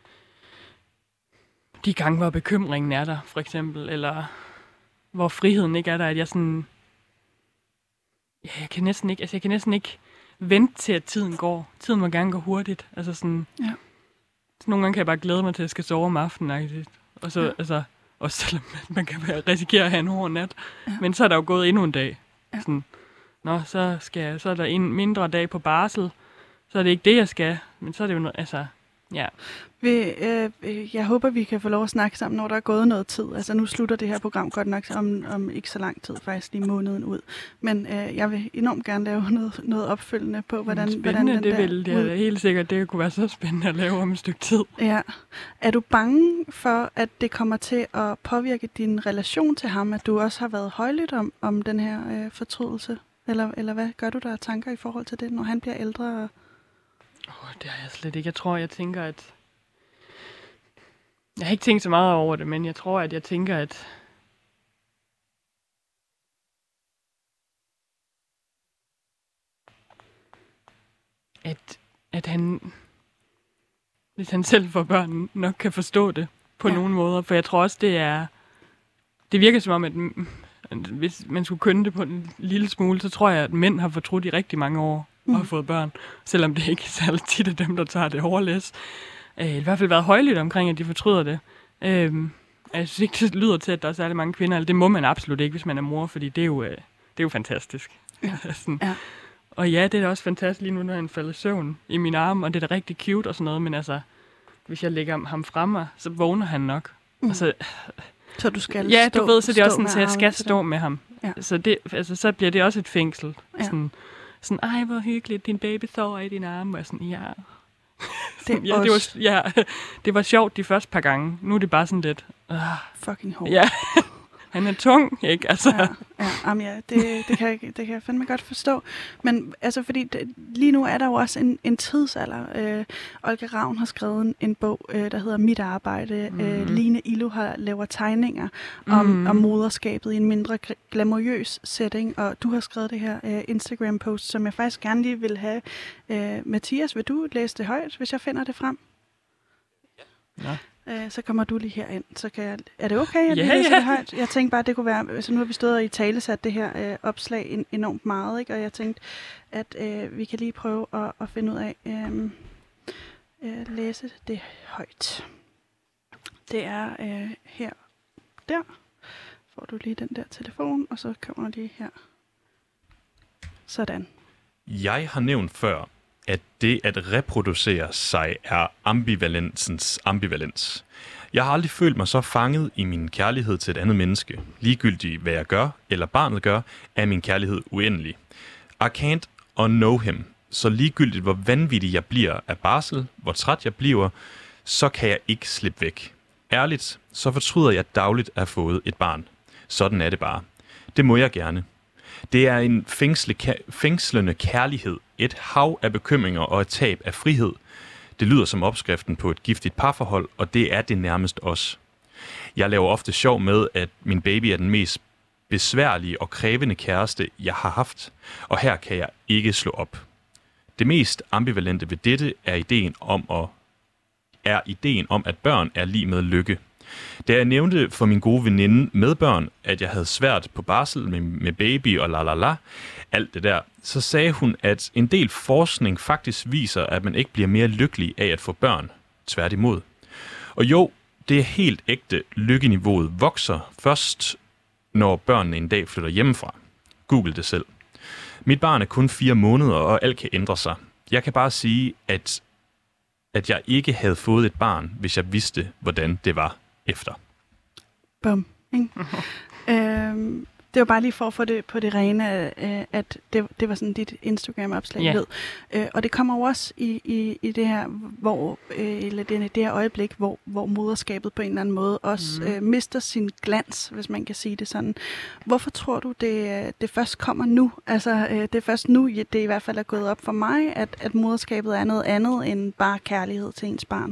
Speaker 4: de gange, hvor bekymringen er der, for eksempel. Eller hvor friheden ikke er der, at jeg sådan... Ja, jeg kan næsten ikke vente til, at tiden går. Tiden må gerne gå hurtigt. Altså sådan... Ja. Så nogle gange kan jeg bare glæde mig til, at jeg skal sove om aftenen. Og så, altså... Også selvom man kan risikere at have en hård nat. Ja. Men så er der jo gået endnu en dag. Ja. Sådan, så er der en mindre dag på barsel. Så er det ikke det, jeg skal. Men så er det jo noget, altså, ja.
Speaker 3: Jeg håber, vi kan få lov at snakke sammen, når der er gået noget tid. Altså nu slutter det her program godt nok om ikke så lang tid, faktisk lige måneden ud. Men jeg vil enormt gerne lave noget opfølgende på, hvordan den
Speaker 4: det er helt sikkert. Det kunne være så spændende at lave om et stykke tid.
Speaker 3: Ja. Er du bange for, at det kommer til at påvirke din relation til ham, at du også har været højlydt om den her fortrydelse? Eller hvad gør du der af tanker i forhold til det, når han bliver ældre?
Speaker 4: Det har jeg slet ikke. Jeg tænker, at... Jeg har ikke tænkt så meget over det, men jeg tænker, at han, hvis han selv får børn, nok kan forstå det på nogle måder. For jeg tror også, det virker som om, at hvis man skulle kønne det på en lille smule, så tror jeg, at mænd har fortrudt i rigtig mange år og har fået børn. Selvom det ikke er særlig tit af dem, der tager det overlæs. I hvert fald været højlydt omkring, at de fortryder det. Jeg synes ikke, det lyder til, at der er særlig mange kvinder. Det må man absolut ikke, hvis man er mor, fordi det er jo fantastisk. Ja. Sådan. Ja. Og ja, det er da også fantastisk lige nu, når han falder i søvn i min arm, og det er da rigtig cute og sådan noget, men altså, hvis jeg lægger ham fremme, så vågner han nok. Og så
Speaker 3: du skal
Speaker 4: du ved, så det er også sådan, at jeg skal stå med ham. Ja. Så bliver det også et fængsel. Ja. Sådan, ej, hvor hyggeligt, din baby sover i din arm. Og sådan, ja. Det var sjovt de første par gange. Nu er det bare sådan lidt...
Speaker 3: Fucking hårdt.
Speaker 4: Ja. Han er tung, ikke? Altså.
Speaker 3: Det kan jeg fandme godt forstå. Men altså, fordi lige nu er der jo også en tidsalder. Olga Ravn har skrevet en bog, der hedder Mit arbejde. Line Illo laver tegninger om moderskabet i en mindre glamourøs setting. Og du har skrevet det her Instagram-post, som jeg faktisk gerne lige vil have. Mathias, vil du læse det højt, hvis jeg finder det frem? Ja. Så kommer du lige herind, så kan jeg... Er det okay, at vi læser det højt? Jeg tænkte bare, at det kunne være... Altså, nu har vi stået og i tale sat det her opslag enormt meget, ikke? Og jeg tænkte, at vi kan lige prøve at finde ud af læse det højt. Det er her. Der får du lige den der telefon, og så kommer lige her. Sådan.
Speaker 2: Jeg har nævnt før, at det at reproducere sig er ambivalensens ambivalens. Jeg har aldrig følt mig så fanget i min kærlighed til et andet menneske. Ligegyldigt hvad jeg gør, eller barnet gør, er min kærlighed uendelig. I can't unknow him. Så ligegyldigt hvor vanvittig jeg bliver af barsel, hvor træt jeg bliver, så kan jeg ikke slippe væk. Ærligt, så fortryder jeg dagligt at have fået et barn. Sådan er det bare. Det må jeg gerne. Det er en fængslende kærlighed, et hav af bekymringer og et tab af frihed. Det lyder som opskriften på et giftigt parforhold, og det er det nærmest også. Jeg laver ofte sjov med, at min baby er den mest besværlige og krævende kæreste, jeg har haft, og her kan jeg ikke slå op. Det mest ambivalente ved dette er ideen om, at børn er lig med lykke. Da jeg nævnte for min gode veninde med børn, at jeg havde svært på barsel med baby og alt det der, så sagde hun, at en del forskning faktisk viser, at man ikke bliver mere lykkelig af at få børn. Tværtimod. Og jo, det er helt ægte. Lykkeniveauet vokser først, når børnene en dag flytter hjemmefra. Google det selv. Mit barn er kun 4 måneder, og alt kan ændre sig. Jeg kan bare sige, at jeg ikke havde fået et barn, hvis jeg vidste, hvordan det var efter.
Speaker 3: Bum. Det var bare lige for at få det på det rene, at det var sådan dit Instagram-opslag lød. Og det kommer jo også i det her, eller det her øjeblik, hvor moderskabet på en eller anden måde også mister sin glans, hvis man kan sige det sådan. Hvorfor tror du, det først kommer nu? Altså, det er først nu, det i hvert fald er gået op for mig, at moderskabet er noget andet end bare kærlighed til ens barn.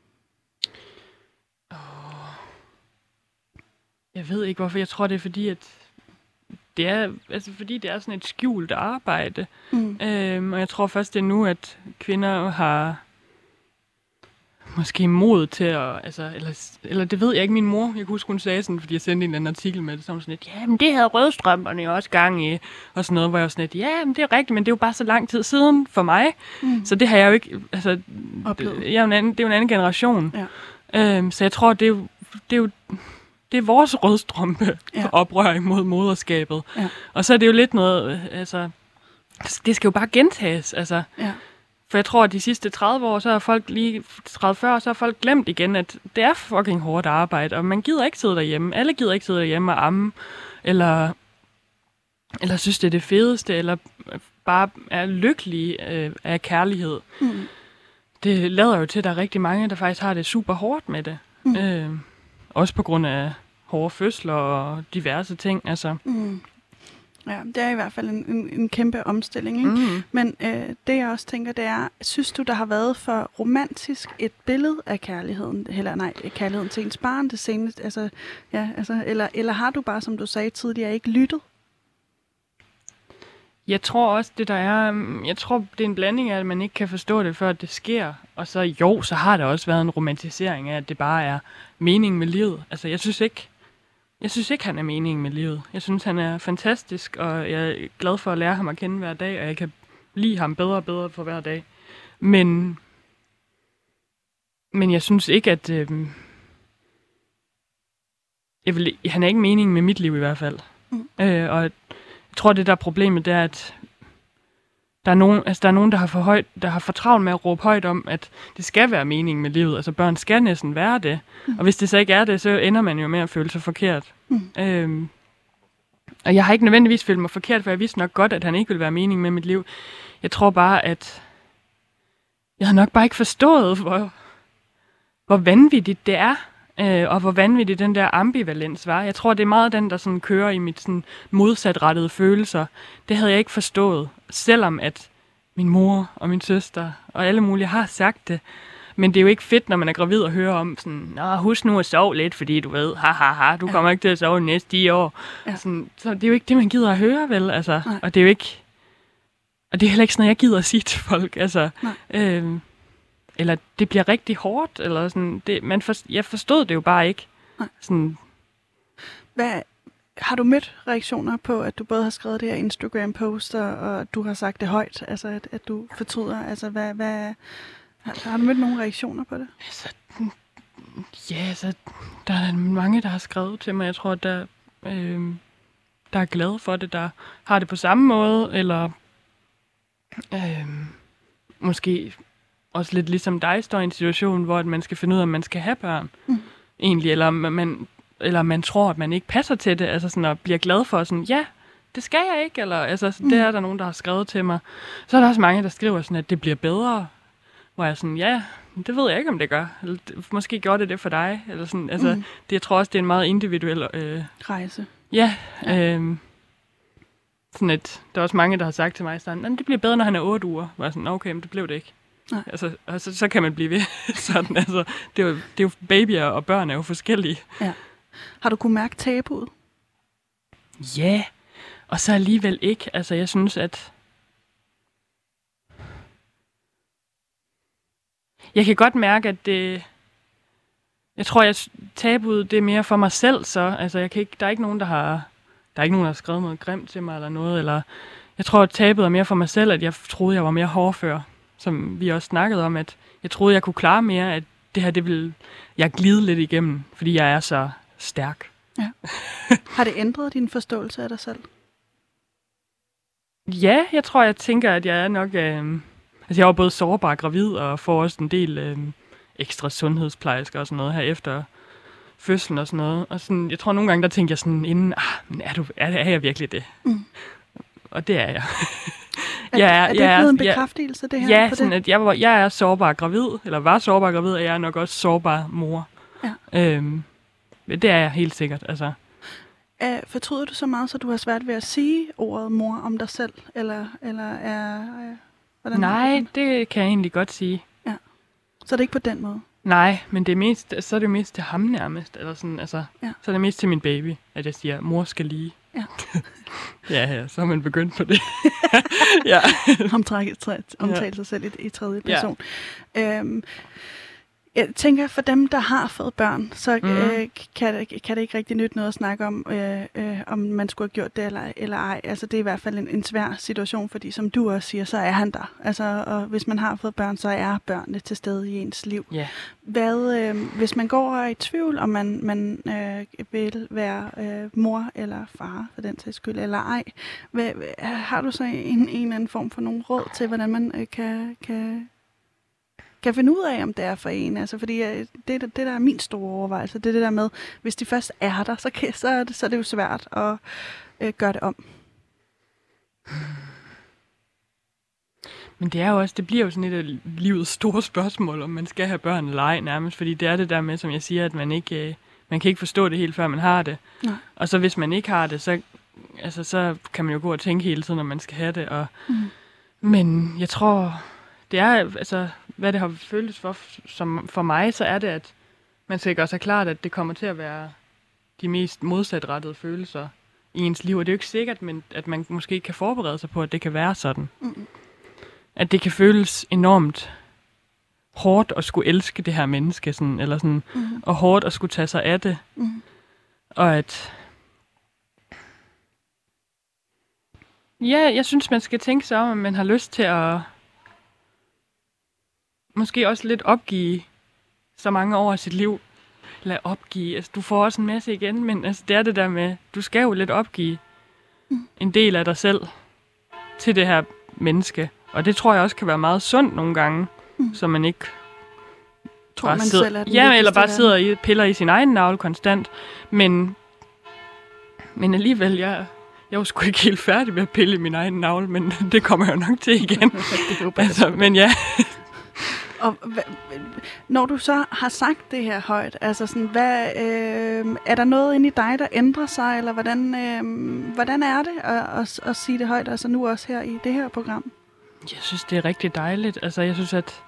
Speaker 4: Jeg ved ikke, hvorfor. Jeg tror, det er fordi, at det er sådan et skjult arbejde. Og jeg tror først, det er nu, at kvinder har måske mod til at... eller det ved jeg ikke, min mor. Jeg kan huske, hun sagde sådan, fordi jeg sendte en eller anden artikel med det, så hun sådan lidt, jamen det havde rødstrømperne jo også gang i, og sådan noget, hvor jeg var sådan lidt, jamen det er rigtigt, men det er jo bare så lang tid siden for mig. Så det har jeg jo ikke... Altså, det er jo en anden generation. Ja. Så jeg tror, det er vores rødstrømpe oprør imod moderskabet. Ja. Og så er det jo lidt noget, altså, det skal jo bare gentages, altså. Ja. For jeg tror, at de sidste 30 år, så har folk 30-40 år, så har folk glemt igen, at det er fucking hårdt arbejde, og man gider ikke sidde derhjemme. Alle gider ikke sidde derhjemme og amme, eller synes, det er det fedeste, eller bare er lykkelige af kærlighed. Det lader jo til, at der er rigtig mange, der faktisk har det super hårdt med det. Også på grund af hårde fødsler og diverse ting. Altså.
Speaker 3: Ja, det er i hvert fald en kæmpe omstilling. Ikke? Men det jeg også tænker, det er, synes du, der har været for romantisk et billede af kærligheden, kærligheden til ens barn det seneste? Eller har du bare, som du sagde tidligere, ikke lyttet?
Speaker 4: Jeg tror også, det er en blanding af, at man ikke kan forstå det, før det sker. Og så har der også været en romantisering af, at det bare er meningen med livet. Altså, jeg synes ikke, han er meningen med livet. Jeg synes, han er fantastisk, og jeg er glad for at lære ham at kende hver dag, og jeg kan lide ham bedre og bedre for hver dag. Men jeg synes ikke, at... han er ikke meningen med mit liv i hvert fald. Og jeg tror, det der problemet, det er, at der er nogen, der har for travlt med at råbe højt om, at det skal være meningen med livet. Altså børn skal næsten være det. Og hvis det så ikke er det, så ender man jo med at føle sig forkert. Og jeg har ikke nødvendigvis følt mig forkert, for jeg vidste nok godt, at han ikke ville være meningen med mit liv. Jeg tror bare, at jeg har nok bare ikke forstået, hvor vanvittigt det er. Og hvor vanvittig den der ambivalens var. Jeg tror, det er meget den, der sådan kører i mit sådan modsatrettede følelser. Det havde jeg ikke forstået, selvom at min mor og min søster og alle mulige har sagt det. Men det er jo ikke fedt, når man er gravid og hører om sådan, husk nu at sove lidt, fordi du ved, du kommer ikke til at sove næste 10 år. Ja. Sådan, så det er jo ikke det, man gider at høre, vel? Altså, og det er jo ikke... Og det er heller ikke sådan noget, jeg gider at sige til folk. Altså, eller det bliver rigtig hårdt, eller sådan. Jeg forstod det jo bare ikke. Sådan.
Speaker 3: Har du mødt reaktioner på, at du både har skrevet det her Instagram-post, og du har sagt det højt, altså at du fortryder? Altså, har du mødt nogle reaktioner på det?
Speaker 4: Altså, der er mange, der har skrevet til mig. Jeg tror, der er glade for det, der har det på samme måde, eller måske også lidt ligesom dig står i en situation, hvor man skal finde ud af, om man skal have børn. Egentlig, eller man tror, at man ikke passer til det, altså sådan, og bliver glad for sådan, ja, det skal jeg ikke, eller altså, det er der nogen, der har skrevet til mig. Så er der også mange, der skriver sådan, at det bliver bedre, hvor jeg sådan, ja, det ved jeg ikke, om det gør. Eller, måske gjorde det for dig, eller sådan, altså, det, jeg tror også, det er en meget individuel
Speaker 3: rejse.
Speaker 4: Ja, sådan at der er også mange, der har sagt til mig sådan, det bliver bedre, når han er 8 uger. Hvor jeg sådan, okay, men det blev det ikke. Altså, og så kan man blive ved sådan, altså, det er jo babyer og børn er jo forskellige. Ja.
Speaker 3: Har du kunnet mærke tabuet?
Speaker 4: Ja, og så alligevel ikke. Altså, jeg synes, at jeg kan godt mærke, at det... Jeg tror, at tabuet, det er mere for mig selv, så. Altså, der er ikke nogen, der har skrevet noget grimt til mig eller noget, eller... Jeg tror, at tabuet er mere for mig selv, at jeg troede, jeg var mere hårdfør. Som vi også snakkede om, at jeg troede, jeg kunne klare mere, at det her, det ville jeg glide lidt igennem, fordi jeg er så stærk.
Speaker 3: Ja. Har det ændret din forståelse af dig selv?
Speaker 4: Ja, jeg tænker, at jeg er nok... jeg var både sårbar gravid, og får også en del ekstra sundhedsplejersker og sådan noget her efter fødslen og sådan noget. Og sådan, jeg tror nogle gange, der tænker jeg sådan inden, men er jeg virkelig det? Mm. Og det er jeg.
Speaker 3: Er det blevet en bekræftelse, det her?
Speaker 4: Ja, sådan, at jeg er sårbar gravid, eller var sårbar gravid, og jeg er nok også sårbar mor. Ja. Det er jeg helt sikkert, altså.
Speaker 3: Fortryder du så meget, så du har svært ved at sige ordet mor om dig selv? Eller hvordan?
Speaker 4: Nej, det kan jeg egentlig godt sige.
Speaker 3: Ja. Så er det ikke på den måde?
Speaker 4: Nej, men det er det mest til ham nærmest. Eller sådan, altså, ja. Så er det mest til min baby, at jeg siger, mor skal lige.
Speaker 3: Ja.
Speaker 4: ja, så har man begyndt på det. ja.
Speaker 3: Omtale sig selv i tredje person. Ja. Jeg tænker, for dem, der har fået børn, så kan det ikke rigtig nytte noget at snakke om, om man skulle have gjort det eller ej. Altså, det er i hvert fald en svær situation, fordi som du også siger, så er han der. Altså, og hvis man har fået børn, så er børnene til stede i ens liv. Yeah. Hvis man går og er i tvivl, om man vil være mor eller far, for den sags skyld, eller ej, har du så en eller anden form for nogle råd til, hvordan man kan finde ud af, om det er for en. Altså, fordi det der er min store overvejelse, det er det der med, hvis de først er der, så er det jo svært at gøre det om.
Speaker 4: Men det er jo også, det bliver jo sådan et af livets store spørgsmål, om man skal have børn eller ej nærmest, fordi det er det der med, som jeg siger, at man kan ikke forstå det helt, før man har det. Nej. Og så hvis man ikke har det, så kan man jo gå og tænke hele tiden, om man skal have det. Men jeg tror... Det er, altså, hvad det har føltes for mig, så er det, at man skal også have klart, at det kommer til at være de mest modsatrettede følelser i ens liv. Og det er jo ikke sikkert, men at man måske kan forberede sig på, at det kan være sådan. Mm. At det kan føles enormt hårdt at skulle elske det her menneske, sådan, eller sådan, og hårdt at skulle tage sig af det. Mm. Og at... Ja, jeg synes, man skal tænke sig om, at man har lyst til at... Måske også lidt opgive så mange år af sit liv. Lad opgive. Altså, du får også en masse igen, men altså, det er det der med, du skal jo lidt opgive en del af dig selv til det her menneske. Og det tror jeg også kan være meget sundt nogle gange, så man ikke
Speaker 3: tror, man selv er den
Speaker 4: eller bare sidder og piller i sin egen navle konstant. Men alligevel, jeg var sgu ikke helt færdig med at pille i min egen navle, men det kommer jeg jo nok til igen. Altså, men ja...
Speaker 3: Og når du så har sagt det her højt, altså sådan, er der noget inde i dig, der ændrer sig, eller hvordan er det at sige det højt, altså nu også her i det her program?
Speaker 4: Jeg synes, det er rigtig dejligt. Altså, jeg synes, at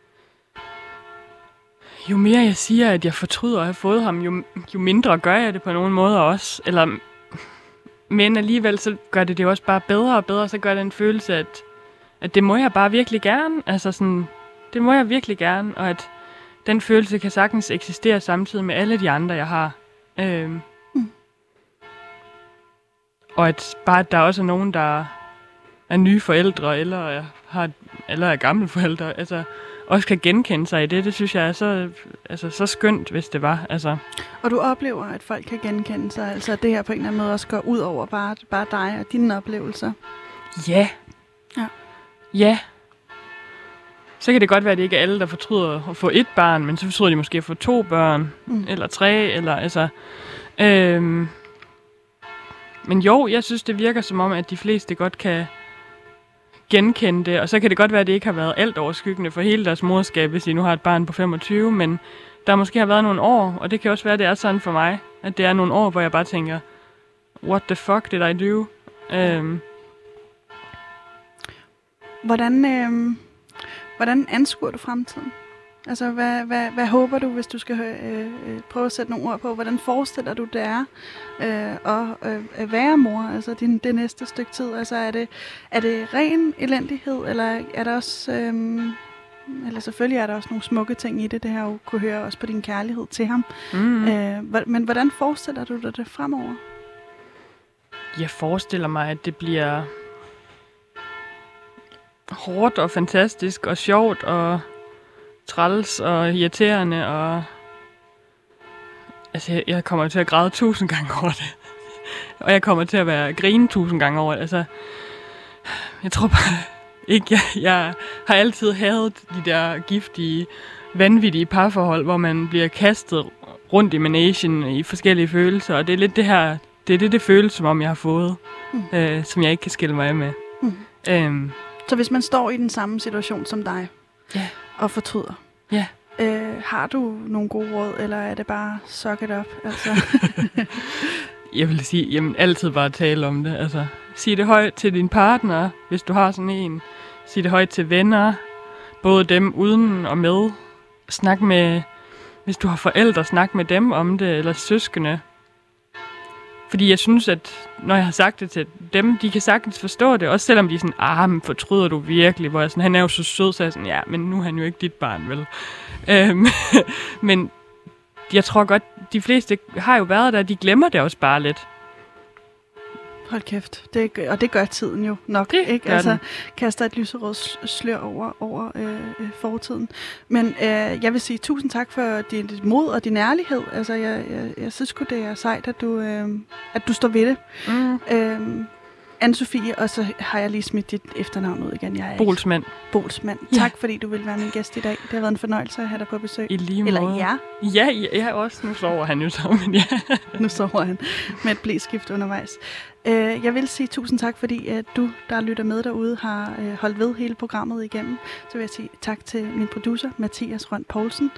Speaker 4: jo mere jeg siger, at jeg fortryder at have fået ham, jo mindre gør jeg det på nogle måder også. Men alligevel, så gør det jo også bare bedre og bedre, så gør det en følelse, at det må jeg bare virkelig gerne. Altså sådan... Det må jeg virkelig gerne, og at den følelse kan sagtens eksistere samtidig med alle de andre, jeg har. Og at der også er nogen, der er nye forældre, eller er gamle forældre, altså også kan genkende sig i det. Det synes jeg er så skønt, hvis det var. Altså.
Speaker 3: Og du oplever, at folk kan genkende sig, altså at det her på en eller anden måde også går ud over bare dig og dine oplevelser?
Speaker 4: Ja. Ja. Så kan det godt være, at det ikke er alle, der fortryder at få 1 barn, men så fortryder de måske at få 2 børn, eller 3, eller altså... Men jo, jeg synes, det virker som om, at de fleste godt kan genkende det, og så kan det godt være, at det ikke har været alt overskyggende for hele deres morskab, hvis I nu har et barn på 25, men der måske har været nogle år, og det kan også være, at det er sådan for mig, at det er nogle år, hvor jeg bare tænker, what the fuck did I do?
Speaker 3: Hvordan anskuer du fremtiden? Altså, hvad håber du, hvis du skal prøve at sætte nogle ord på? Hvordan forestiller du det er at være mor, altså det næste stykke tid? Altså, er det ren elendighed, eller er der også... eller selvfølgelig er der også nogle smukke ting i det. Det har jeg jo kunne høre også på din kærlighed til ham. Men hvordan forestiller du dig det fremover?
Speaker 4: Jeg forestiller mig, at det bliver... hårdt og fantastisk og sjovt og træls og irriterende og Altså, jeg kommer til at græde 1000 gange over det. Og jeg kommer til at grine 1000 gange over det. Altså, jeg tror bare ikke, jeg har altid hadet de der giftige, vanvittige parforhold, hvor man bliver kastet rundt i managen i forskellige følelser. Og det er lidt det her, det føles, som om jeg har fået, som jeg ikke kan skille mig af med.
Speaker 3: Så hvis man står i den samme situation som dig, og fortryder, har du nogle gode råd, eller er det bare suck it up? Altså?
Speaker 4: Jeg vil sige, jamen altid bare tale om det. Altså, sig det højt til din partner, hvis du har sådan en. Sig det højt til venner, både dem uden og med. Snak med, hvis du har forældre, snak med dem om det, eller søskende. Fordi jeg synes, at når jeg har sagt det til dem, de kan sagtens forstå det, også selvom de er sådan, men fortryder du virkelig? Hvor jeg sådan, han er jo så sød, så jeg sådan, ja, men nu er han jo ikke dit barn, vel? Men jeg tror godt, de fleste har jo været der, de glemmer det også bare lidt.
Speaker 3: Hold kæft. Og det gør tiden jo nok,
Speaker 4: det
Speaker 3: ikke? Altså, kaster et lyserødt slør over fortiden. Men jeg vil sige tusind tak for dit mod og din ærlighed. Altså, jeg synes sgu, det er sejt, at du står ved det. Anne-Sophie, og så har jeg lige smidt dit efternavn ud igen. Jeg er
Speaker 4: Bolsmand.
Speaker 3: Bolsmand.
Speaker 4: Ja.
Speaker 3: Tak, fordi du vil være min gæst i dag. Det har været en fornøjelse at have dig på besøg.
Speaker 4: I lige måde.
Speaker 3: Eller ja.
Speaker 4: Ja, også. Nu sover han jo så, men ja.
Speaker 3: Nu sover han med et blæskift undervejs. Jeg vil sige tusind tak, fordi at du, der lytter med derude, har holdt ved hele programmet igennem. Så vil jeg sige tak til min producer, Mathias Rønn Poulsen.